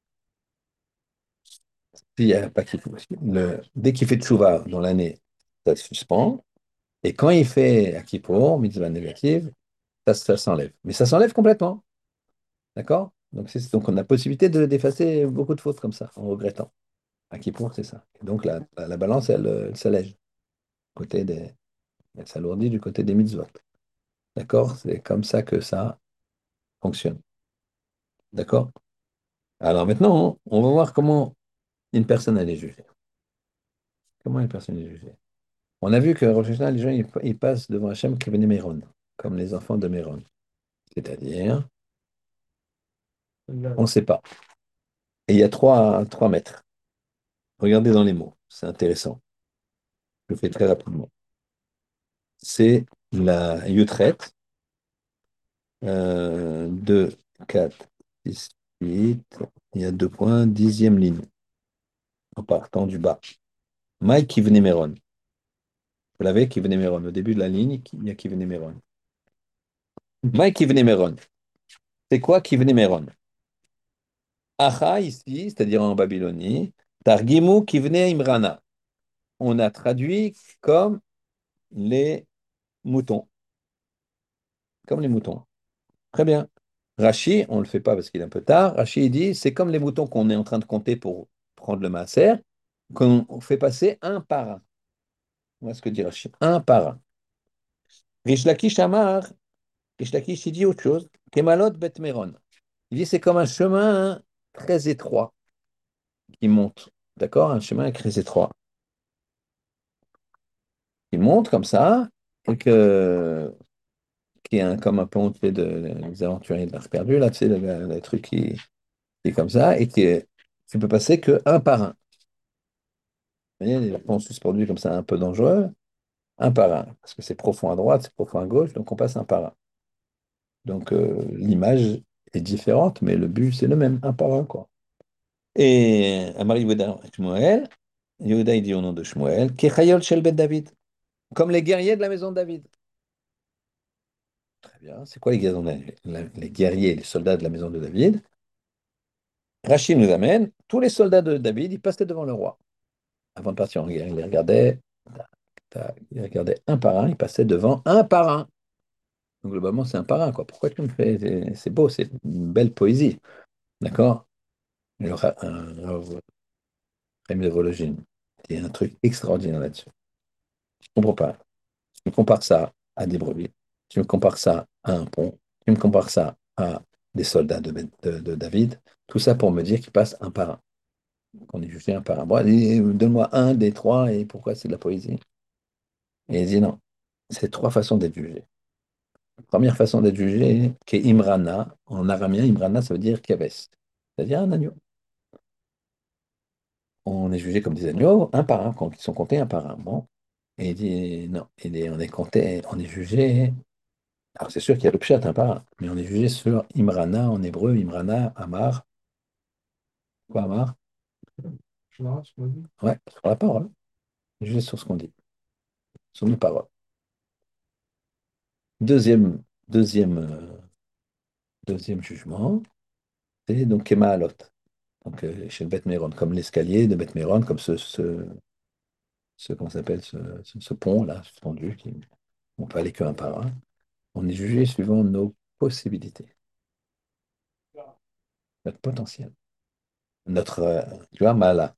S'il n'y a pas qu'il pour. Le, dès qu'il fait tchouva dans l'année, ça se suspend. Et quand il fait à Kippour, mitzvah négative, ça, ça s'enlève. Mais ça s'enlève complètement. D'accord? Donc, c'est, donc on a la possibilité de d'effacer beaucoup de fautes comme ça, en regrettant. À Kippour, c'est ça. Et donc la, la, la balance, elle, euh, elle s'allège. Côté des, elle s'alourdit du côté des mitzvot. D'accord? C'est comme ça que ça fonctionne. D'accord? Alors maintenant, on va voir comment une personne elle est jugée. Comment une personne est jugée? On a vu que Rosh Hashanah, les gens ils, ils passent devant Hachem Kivene Meron, comme les enfants de Méron. C'est-à-dire, Là, on ne sait pas. Et il y a trois, trois maîtres. Regardez dans les mots, c'est intéressant. Je le fais très rapidement. C'est la Yutret, euh, deux, quatre, six, huit. Il y a deux points, dixième ligne, en partant du bas. Mike Kivene Meron. Vous l'avez, Kivene Meron. Au début de la ligne, il y a Kivene Meron. Mike Kivene Meron. C'est quoi Kivene Meron? Acha, ici, c'est-à-dire en Babylonie, Targimu Kivne Imrana. On a traduit comme les moutons. Comme les moutons. Très bien. Rachi, on ne le fait pas parce qu'il est un peu tard. Rachi, il dit, c'est comme les moutons qu'on est en train de compter pour prendre le maaser, qu'on fait passer un par un. Voilà ce que dit Rachi. Un par un. Rish Lakish Amar, Rish Lakish, il dit autre chose. Kemalot Bet Meron. Il dit, c'est comme un chemin très étroit qui monte. D'accord? Un chemin très étroit. Il monte comme ça, et que, qui est un- comme un pont tu sais, de, des aventuriers de l'Arche perdue, là, tu sais, le, le- le truc qui, qui est comme ça, et qui est, tu peux passer que un par un. Vous voyez, les ponts suspendus comme ça, un peu dangereux, un par un, parce que c'est profond à droite, c'est profond à gauche, donc on passe un par un. Donc euh, l'image est différente, mais le but, c'est le même, un par un, quoi. Et Amari Yehuda Shmuel, Yehuda, il dit au nom de Shmuel, Kechayol Shel Bet David, comme les guerriers de la maison de David. Très bien. C'est quoi les guerriers, les guerriers, les soldats de la maison de David? Rachid nous amène, tous les soldats de David, ils passaient devant le roi. Avant de partir en guerre, ils les regardaient, tac, tac, ils regardaient un par un, ils passaient devant un par un. Donc globalement, c'est un par un, quoi. Pourquoi tu me fais? C'est c'est beau, c'est une belle poésie. D'accord? Le ra- un- un- Rémi de Vologine, il y a un truc extraordinaire là-dessus. Je ne comprends pas. Tu me compares ça à des brebis. Tu me compares ça à un pont. Tu me compares ça à des soldats de, de- de David. Tout ça pour me dire qu'ils passent un par un. Qu'on est jugé un par un. Bon, allez, donne-moi un des trois et pourquoi c'est de la poésie? Et il dit non. C'est trois façons d'être jugé. Première façon d'être jugé, qui est Imrana. En araméen, Imrana, ça veut dire Kaves, c'est-à-dire un agneau. On est jugé comme des agneaux, un par un, quand ils sont comptés un par un. Bon. Et il dit non, il est- on est compté, on est jugé. Alors c'est sûr qu'il y a le pshat un par un, mais on est jugé sur Imrana en hébreu, Imrana, Amar. Quoi, Amar? Je m'arrête, je m'en dis. Ouais, sur la parole. On est jugé sur ce qu'on dit, sur nos paroles. Deuxième, deuxième, euh, deuxième jugement, c'est donc Kemaalot. Donc euh, chez le Beth Méron, comme l'escalier de Beth Méron, comme ce, ce, ce comment ça s'appelle, ce, ce, ce pont-là, suspendu, qui, on peut aller qu'un par un. On est jugé suivant nos possibilités, notre potentiel, notre, euh, tu vois, Maala.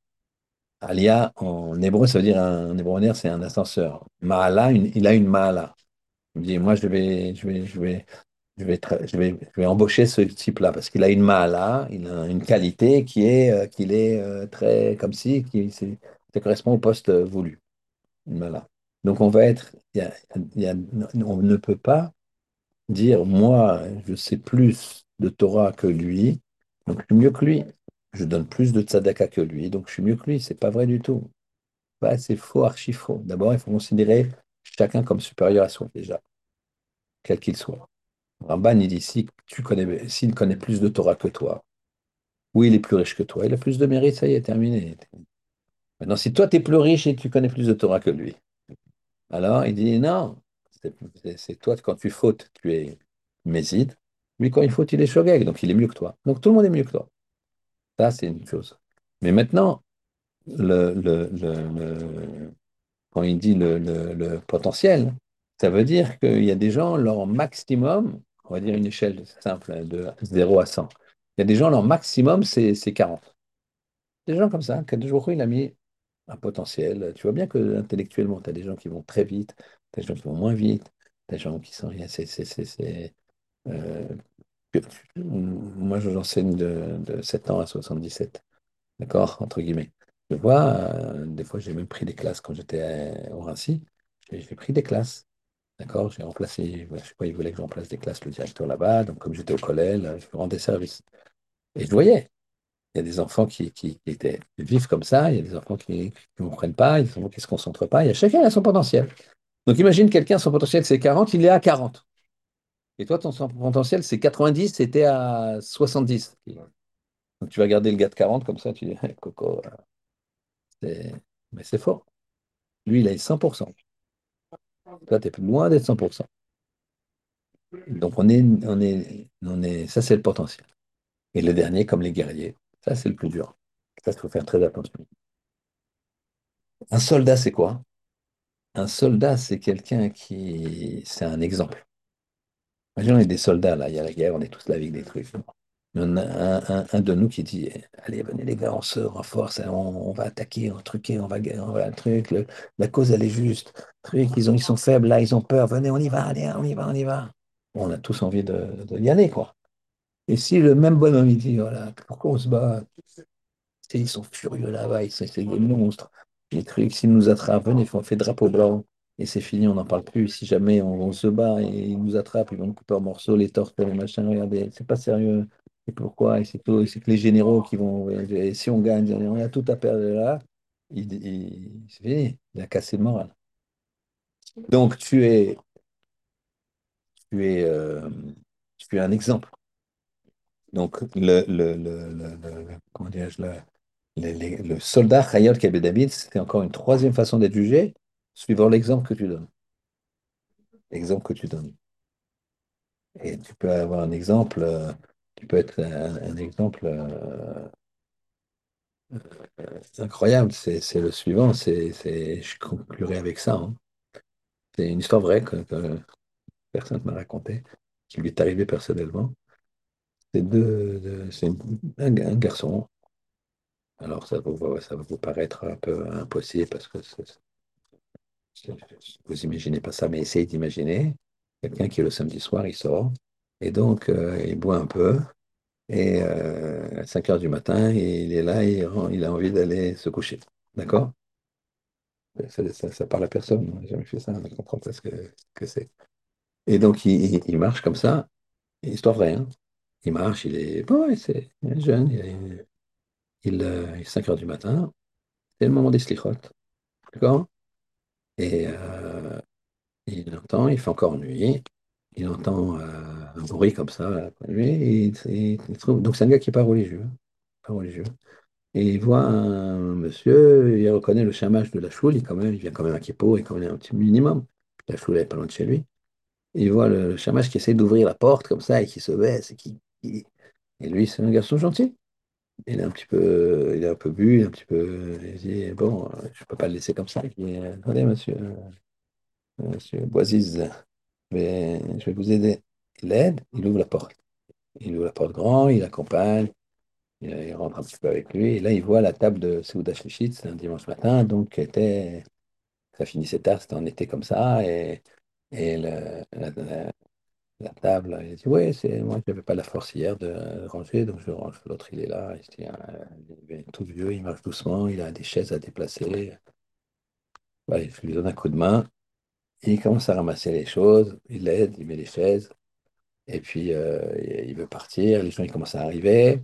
Alia, en hébreu, ça veut dire, un, en hébreu, c'est un ascenseur. Maala, une- il a une Maala. Il me dit, moi, je vais, je vais, je vais, je vais, tra- je vais, je vais embaucher ce type-là parce qu'il a une Maala, il a une qualité qui est, euh, qu'il est euh, très, comme si, qui, c'est- ça correspond au poste euh, voulu. Une Maala. Donc, on va être, il y a- il y a- on ne peut pas dire, moi, je sais plus de Torah que lui, donc je suis mieux que lui. Je donne plus de tzedaka que lui, donc je suis mieux que lui. C'est pas vrai du tout. Bah, c'est faux, archi faux. D'abord, il faut considérer chacun comme supérieur à soi, déjà, quel qu'il soit. Ramban, il dit, si tu connais, s'il connaît plus de Torah que toi, ou il est plus riche que toi, il a plus de mérite, ça y est, terminé. Maintenant, si toi, tu es plus riche et tu connais plus de Torah que lui, alors il dit, non, c'est c'est- c'est toi, quand tu fautes, tu es méside. Lui, quand il faute, il est shogeg, donc il est mieux que toi. Donc tout le monde est mieux que toi. Ça, c'est une chose. Mais maintenant, le, le, le, le- quand il dit le, le- le potentiel, ça veut dire qu'il y a des gens, leur maximum, on va dire une échelle simple hein, de zéro à cent. Il y a des gens, leur maximum, c'est c'est quarante. Des gens comme ça, Kadej il a mis un potentiel. Tu vois bien que intellectuellement, tu as des gens qui vont très vite, tu as des gens qui vont moins vite, tu as des gens qui sont. c'est, c'est, c'est, c'est, euh, que- Moi, j'enseigne de, de sept ans à soixante-dix-sept. D'accord? Entre guillemets. Je vois, euh, des fois, j'ai même pris des classes quand j'étais à- au Rincy. J'ai j'ai pris des classes. D'accord? J'ai remplacé, je sais pas, ils voulaient que je remplace des classes, le directeur là-bas. Donc, comme j'étais au collège, là, je rendais service. Et je voyais, il y a des enfants qui, qui, qui étaient vifs comme ça, il y a des enfants qui ne comprennent pas, il y a des enfants qui ne se concentrent pas. Il y a chacun a son potentiel. Donc, imagine quelqu'un, son potentiel, c'est quarante, il est à quarante. Et toi, ton son potentiel, c'est quatre-vingt-dix, c'était à soixante-dix. Donc, tu vas garder le gars de quarante comme ça, tu dis, Coco, c'est- mais c'est fort. Lui, il a cent pour cent. Toi, tu es plus loin d'être cent pour cent. Donc, on est, on est, on est, ça, c'est le potentiel. Et le dernier, comme les guerriers, ça, c'est le plus dur. Ça, il faut faire très attention. Un soldat, c'est quoi? Un soldat, c'est quelqu'un qui... C'est un exemple. Imaginons, on est des soldats, là, il y a la guerre, on est tous là avec des trucs. Il y en a un, un- un de nous qui dit, allez, venez les gars, on se renforce, on, on va attaquer, on va truquer, on va, on va un truc, le- la cause, elle est juste. Truc, ils ont, ils sont faibles, là, ils ont peur, venez, on y va, allez, on y va, on y va. Bon, on a tous envie de, de y aller, quoi. Et si le même bonhomme, il dit, voilà, pourquoi on se bat? Tu sais, ils sont furieux là-bas, ils sont- c'est des monstres. Les trucs, s'ils nous attrapent, venez, on fait drapeau blanc. Et c'est fini, on n'en parle plus. Si jamais on, on se bat et ils nous attrapent, ils vont nous couper en morceaux, les torses, les machins, regardez, c'est pas sérieux. Et pourquoi? Et c'est tout, et c'est que les généraux qui vont. Et si on gagne, on a tout à perdre là. Il, il- c'est fini, il a cassé le moral. Donc tu es, tu es, euh, tu es un exemple. Donc le, le, le, le, le- comment dirais-je, le, les- les- le soldat Khayat Kebé David, c'était encore une troisième façon d'être jugé, suivant l'exemple que tu donnes. L'exemple que tu donnes. Et tu peux avoir un exemple, euh, tu peux être un, un exemple euh, incroyable. C'est c'est le suivant, c'est, c'est, je conclurai avec ça, hein. C'est une histoire vraie que, que personne ne m'a racontée, qui lui est arrivée personnellement. C'est deux, deux- c'est un, un garçon. Alors ça vous, ça va vous paraître un peu impossible parce que c'est- vous imaginez pas ça, mais essayez d'imaginer quelqu'un qui le samedi soir, il sort et donc euh, il boit un peu et euh, à cinq heures du matin, il est là, il, ren- il a envie d'aller se coucher. D'accord? Ça, ça, ça parle à personne, on n'a jamais fait ça, on ne comprend pas ce que, ce que c'est. Et donc, il, il- il marche comme ça, histoire vraie, hein. Il marche, il est, bon, ouais, c'est il est jeune, il est, il, euh, il est cinq heures du matin, c'est le moment des slichot, d'accord? Et euh, il entend, il fait encore nuit, il entend euh, un bruit comme ça, là, près de lui, et il, il- il trouve, donc c'est un gars qui n'est pas religieux, hein, pas religieux. Et il voit un monsieur, il reconnaît le chamage de la choule, il, quand même, il vient quand même à Kippo, il connaît un petit minimum. La choule est pas loin de chez lui. Et il voit le, le chamage qui essaie d'ouvrir la porte comme ça et qui se baisse. Et, qui, qui- et lui, c'est un garçon gentil. Il est un petit peu, il est un peu bu, il est un petit peu. Il dit, bon, euh, je peux pas le laisser comme ça. Il dit, attendez, monsieur, euh, monsieur Boisiz, mais je vais vous aider. Il l'aide, il ouvre la porte. Il ouvre la porte grand, il l'accompagne. Il, il rentre un petit peu avec lui. Et là, il voit la table de Seuda Shlichit, c'est un dimanche matin, donc qui était, ça finissait tard, c'était en été comme ça. Et, et le- la, la- la table, il dit, oui, c'est moi, je n'avais pas la force hier de ranger, donc je range. L'autre, il est là, il, se dit, ah, il est tout vieux, il marche doucement, il a des chaises à déplacer. Ouais, je lui donne un coup de main. Il commence à ramasser les choses, il l'aide, il met les chaises. Et puis, euh, il veut partir, les gens, ils commencent à arriver.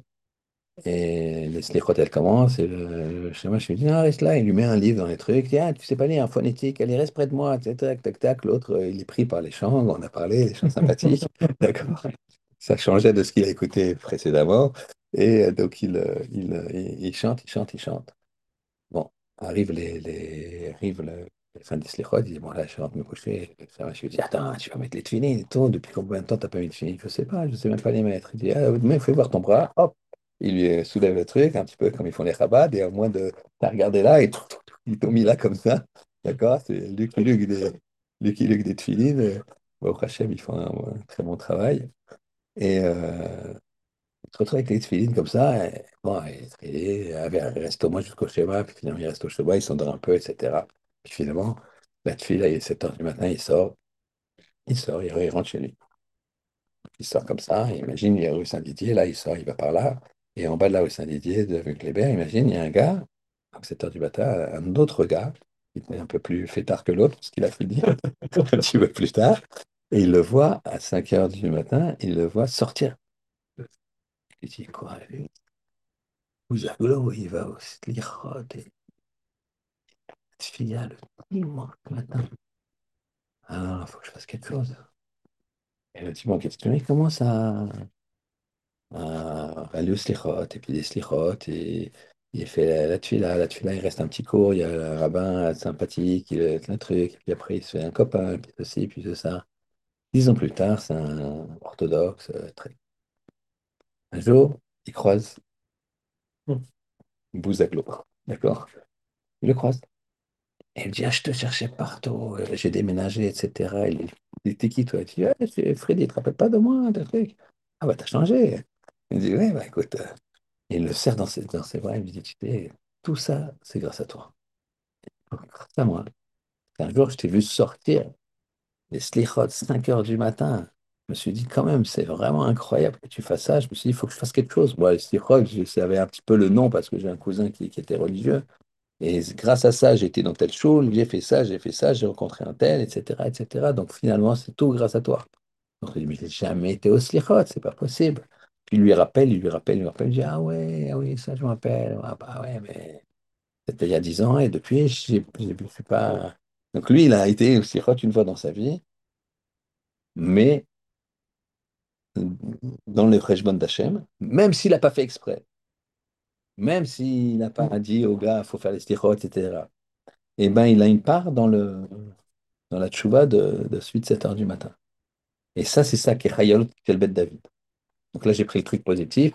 Et les slichots, elles commencent, et le, le schéma, je lui dis, non, reste là, il lui met un livre dans les trucs, il dit, ah, tu sais pas lire en phonétique, allez, reste près de moi, tac, tac, tac, tac. L'autre, euh, il est pris par les chants, on a parlé, les chants sympathiques, d'accord. Ça changeait de ce qu'il a écouté précédemment, et euh, donc il, euh, il, euh, il, il chante, il chante, il chante. Bon, arrive les, les, arrive le, la fin des slichots, il dit, bon, là, je rentre me coucher, ça va, je lui dis, attends, tu vas mettre les tefilines et tout, depuis combien de temps t'as pas mis de tefilines? Je sais pas, je sais même pas les mettre. Il dit, ah, mais fais voir ton bras, hop. Il lui soulève le truc, un petit peu comme ils font les rabats, et au moins de t'as regardé là, et tout, tout, tout, ils t'ont mis là comme ça. D'accord? C'est Lucky Luke des, Lucky Luke des Tfilines. euh, Bon, au Hachem, ils font un, un très bon travail. Et euh, il se retrouve avec les Tfilines comme ça. Et, bon, il, il, il reste au moins jusqu'au schéma, puis finalement, il reste au schéma, il s'endort un peu, et cetera. Puis finalement, la Tfila, il est sept heures du matin, il sort, il sort, il, il rentre chez lui. Il sort comme ça, imagine, il y a rue Saint-Didier, là, il sort, il va par là. Et en bas de la rue Saint-Didier, de rue Kléber, imagine, il y a un gars, à sept heures du matin, un autre gars, qui était un peu plus fêtard que l'autre, parce qu'il a fini un petit peu plus tard. Et il le voit à cinq heures du matin, il le voit sortir. Il dit, quoi, lui, Bouzaglo, il va au Slichot, et Tfilia le dimanche matin. Ah, il faut que je fasse quelque chose. Et le dimanche, il commence à, à aller au slichot, et puis des slichot, et il fait la, la tuila, la tuila, il reste un petit cours, il y a le rabbin sympathique, il est un truc, et puis après il se fait un copain, puis ceci, puis tout ça. Dix ans plus tard, c'est un orthodoxe, euh, très... Un jour, il croise Bouzaglo, d'accord? Il le croise. Et il me dit, ah, je te cherchais partout, euh, j'ai déménagé, et cetera. Il dit, t'es qui toi? Il dit, ouais, c'est Freddy, tu te rappelles pas de moi, t'as truc. Ah bah t'as changé. Il me dit, ouais, bah écoute. euh, Et il le serre dans ses, dans ses bras, il me dit, tu sais, tout ça, c'est grâce à toi. Grâce à moi. Un jour, je t'ai vu sortir les slichots, cinq heures du matin. Je me suis dit, quand même, c'est vraiment incroyable que tu fasses ça. Je me suis dit, il faut que je fasse quelque chose. Moi, les slichots, je savais un petit peu le nom parce que j'ai un cousin qui, qui était religieux. Et grâce à ça, j'ai été dans telle chose, j'ai fait ça, j'ai fait ça, j'ai rencontré un tel, et cetera, et cetera. Donc finalement, c'est tout grâce à toi. Donc il dit, mais j'ai jamais été au slichot, c'est pas possible. Puis il lui rappelle, il lui rappelle, il lui rappelle, il dit, ah ouais, ah oui, ça je me rappelle. Ah bah ouais, mais c'était il y a dix ans et depuis, j'ai- j'ai- je suis pas. Donc lui, il a été au slichot une fois dans sa vie, mais dans le Freshbon d'Hachem, même s'il n'a pas fait exprès, même s'il n'a pas dit au gars, il faut faire les slichot, et cetera. Eh ben, il a une part dans le, dans la tchouva de, de suite sept heures du matin. Et ça, c'est ça qui est Hayol Kelbet David. Donc là, j'ai pris le truc positif.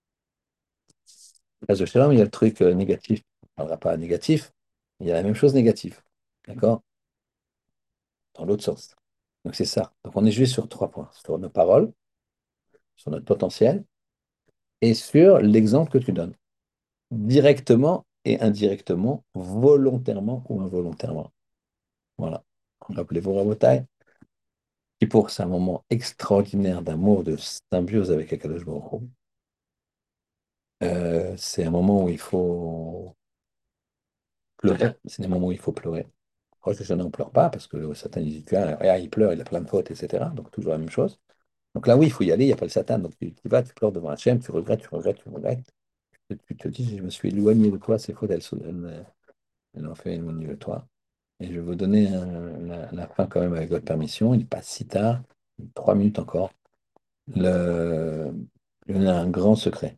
Là, de Shalom, il y a le truc euh, négatif. On ne parlera pas négatif. Il y a la même chose négative. D'accord? Dans l'autre sens. Donc c'est ça. Donc on est juste sur trois points. Sur nos paroles, sur notre potentiel et sur l'exemple que tu donnes. Directement et indirectement, volontairement ou involontairement. Voilà. Rappelez-vous, Rabotai, qui pour c'est un moment extraordinaire d'amour, de symbiose avec Akadosh Baruch Hu. Euh, c'est un moment où il faut pleurer. C'est des moments où il faut pleurer. Rosh Hashanah, on ne pleure pas parce que le Satan, il dit, tu vois, regarde, il pleure, il a plein de fautes, et cetera. Donc, toujours la même chose. Donc là, oui, il faut y aller, il n'y a pas le Satan. Donc, tu, tu vas, tu pleures devant Hachem, tu regrettes, tu regrettes, tu regrettes. Et tu te dis, je me suis éloigné de toi, ces fautes, elles, sont- elles, elles ont fait éloigner de toi. Et je vais vous donner un- la, la fin quand même avec votre permission. Il n'est pas si tard, trois minutes encore. Le, il y en a un grand secret.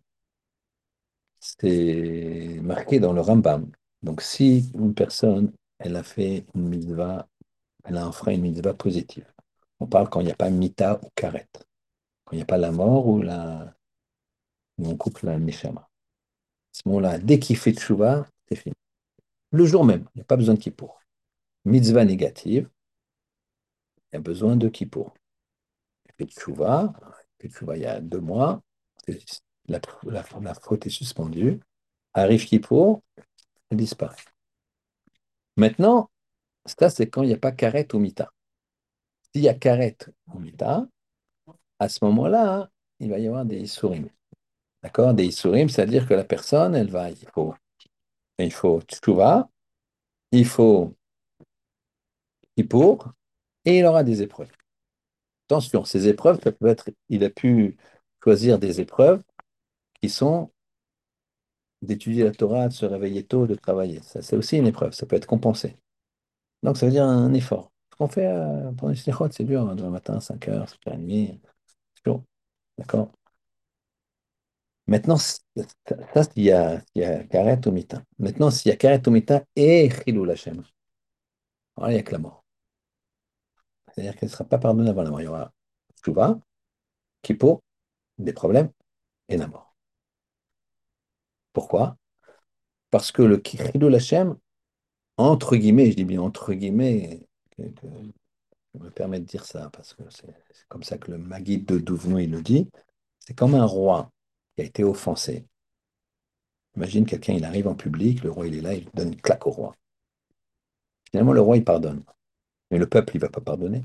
C'est marqué dans le Rambam. Donc, si une personne, elle a fait une mitzvah, elle a enfreint une mitzvah positive. On parle quand il n'y a pas mita ou karet. Quand il n'y a pas la mort ou la, où on coupe la neshama. À ce moment-là, dès qu'il fait tchouva, c'est fini. Le jour même, il n'y a pas besoin de kippour. Mitzvah négative, il y a besoin de kippour. Il fait tchouva, il fait tchouva il y a deux mois, la, la, la faute est suspendue. Arrive kippour, elle disparaît. Maintenant, ça, c'est quand il n'y a pas karet ou mita. S'il y a karet ou mita, à ce moment-là, hein, il va y avoir des issourim. D'accord? Des issourim, c'est-à-dire que la personne, elle va, il faut, il faut tchouva, il faut kippour, et il aura des épreuves. Attention, ces épreuves, ça peut être, il a pu choisir des épreuves qui sont d'étudier la Torah, de se réveiller tôt, de travailler. Ça, c'est aussi une épreuve, ça peut être compensé. Donc, ça veut dire un effort. Ce qu'on fait euh, pendant les slichot, c'est dur, hein, demain matin, cinq heures, cinq heures trente, c'est chaud. D'accord? Maintenant, c- ça, il y a, il y a Karet Omita. Maintenant, s'il y a Karet Omita et Chilul Hashem, alors il n'y a que la mort. C'est-à-dire qu'elle ne sera pas pardonnée avant la mort. Il y aura Tshuva, Kippo, des problèmes et la mort. Pourquoi? Parce que le Chilul Hashem, entre guillemets, je dis bien entre guillemets, que, que je me permets de dire ça, parce que c'est c'est comme ça que le Maguide de Douvno, il le dit, c'est comme un roi qui a été offensé. Imagine quelqu'un, il arrive en public, le roi, il est là, il donne une claque au roi. Finalement, le roi, il pardonne. Mais le peuple, il ne va pas pardonner.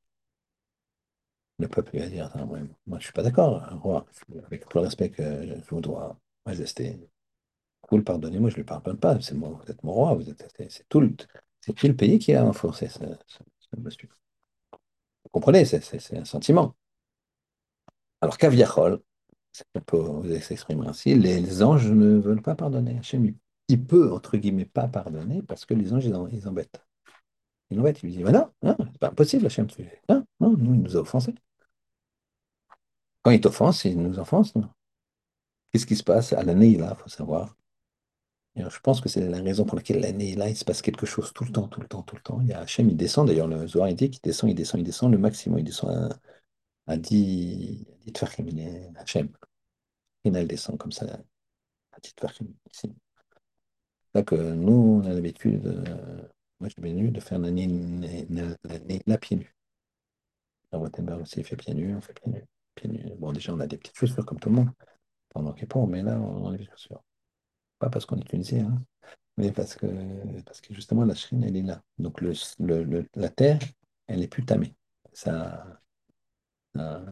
Le peuple, il va dire, attends, moi, moi, je ne suis pas d'accord, un roi, avec tout le respect que je vous dois, majesté. Vous le pardonnez, moi, je ne le pardonne pas. C'est moi, vous êtes mon roi, vous êtes, c'est c'est tout le, c'est tout le pays qui a enfoncé ce, ce- ce monsieur. Vous comprenez, c'est c'est- c'est un sentiment. Alors qu'Aviachol, on peut s'exprimer ainsi, les, les anges ne veulent pas pardonner. Hachem, il, il peut, entre guillemets, pas pardonner parce que les anges, ils, en- ils embêtent. Ils embêtent, il lui dit, bah non, non, c'est pas impossible, Hachem. Tu... Non, non, nous, il nous a offensés. Quand il t'offense, il nous offense. Non. Qu'est-ce qui se passe à l'année, là, il faut savoir. Et alors, je pense que c'est la raison pour laquelle l'année, là, il se passe quelque chose tout le temps, tout le temps, tout le temps. Il y a Hachem, il descend, d'ailleurs, le Zohar, il dit qu'il descend, il descend, il descend, le maximum, il descend à, à dix, à dix tfachim, il est Hachem. Il descend comme ça, à dix tfachim, ici. Là que nous, on a l'habitude, euh, moi j'ai l'habitude de faire l'année l'année la pieds nus. À Wittenberg aussi, il fait pieds nus, on fait pieds nus. Pieds nus. Bon, déjà, on a des petites chaussures comme tout le monde, pendant qu'il pas, mais là, on a des chaussures. Pas parce qu'on est tunisien, hein, mais parce que, parce que justement, la Chine, elle est là. Donc, le, le- le- la terre, elle est plus tamée. Ça, ça-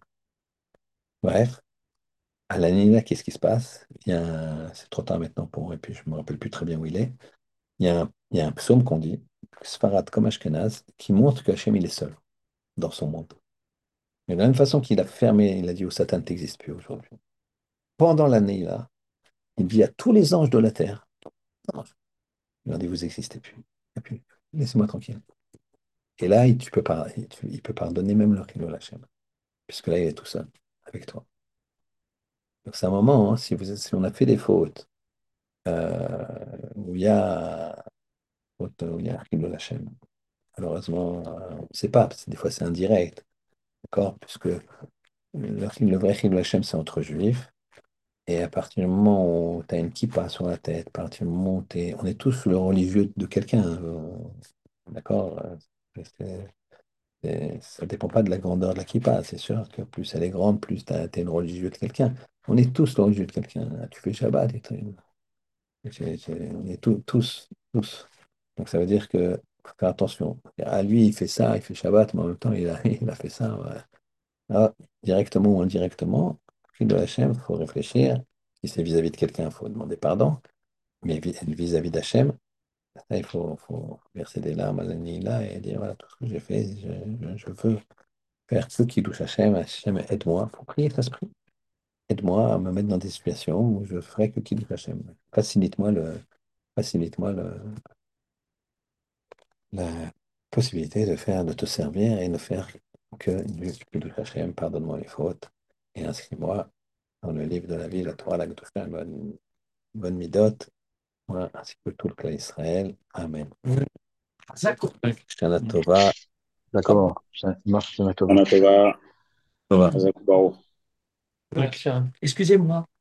Bref, à l'année là, qu'est-ce qui se passe? Il y a un- C'est trop tard maintenant pour, et puis je me rappelle plus très bien où il est. Il y a un, il y a un psaume qu'on dit, Sfarad comme Ashkenaz, qui montre que Hachem, il est seul dans son monde. Mais de la même façon qu'il a fermé, il a dit au Satan, t'existes plus aujourd'hui. Pendant l'année, là, il dit à tous les anges de la terre, non, il leur dit, vous n'existez plus. Et puis, laissez-moi tranquille. Et là, il, tu peux pas, il, tu- il peut pardonner même leur kilo Hachem, puisque là, il est tout seul avec toi. Donc c'est un moment, hein, si, vous, si on a fait des fautes, euh, où il y a, faute, où il y a un kilo Hachem, malheureusement, euh, on ne sait pas, parce que des fois c'est indirect, d'accord, puisque le, le vrai Chilul Hashem, c'est entre juifs. Et à partir du moment où tu as une kippa sur la tête, à partir du moment où t'es- on est tous le religieux de quelqu'un, euh, d'accord? euh, c'est- c'est- Ça ne dépend pas de la grandeur de la kippa. C'est sûr que plus elle est grande, plus tu es le religieux de quelqu'un. On est tous le religieux de quelqu'un. Tu fais Shabbat, et tu- tu- tu- on est tous, tous, tous. Donc ça veut dire que faut faire attention. À lui, il fait ça, il fait Shabbat, mais en même temps, il a, il a fait ça. Ouais. Ah, directement ou indirectement, de Hachem, il faut réfléchir. Si c'est vis-à-vis de quelqu'un, il faut demander pardon. Mais vis- vis-à-vis d'Hachem, Ça, il faut, faut verser des larmes à la là et dire voilà tout ce que j'ai fait, je, je- je veux faire ce qui touche Hachem. Hachem, aide-moi. Il faut prier cet esprit. Aide-moi à me mettre dans des situations où je ferai que qui touche Hachem. Facilite-moi le, facilite-moi le, la possibilité de faire, de te servir et de faire que du qui touche Hachem. Pardonne-moi les fautes et inscris-moi dans le livre de la vie, la Torah, la Kedusha, la bonne, bonne midot, moi, ainsi que tout le clan Israël. Amen. Shana Tova. D'accord, ça marche, ça va. Anatova, Tova. Hazak Baruch. Excusez-moi.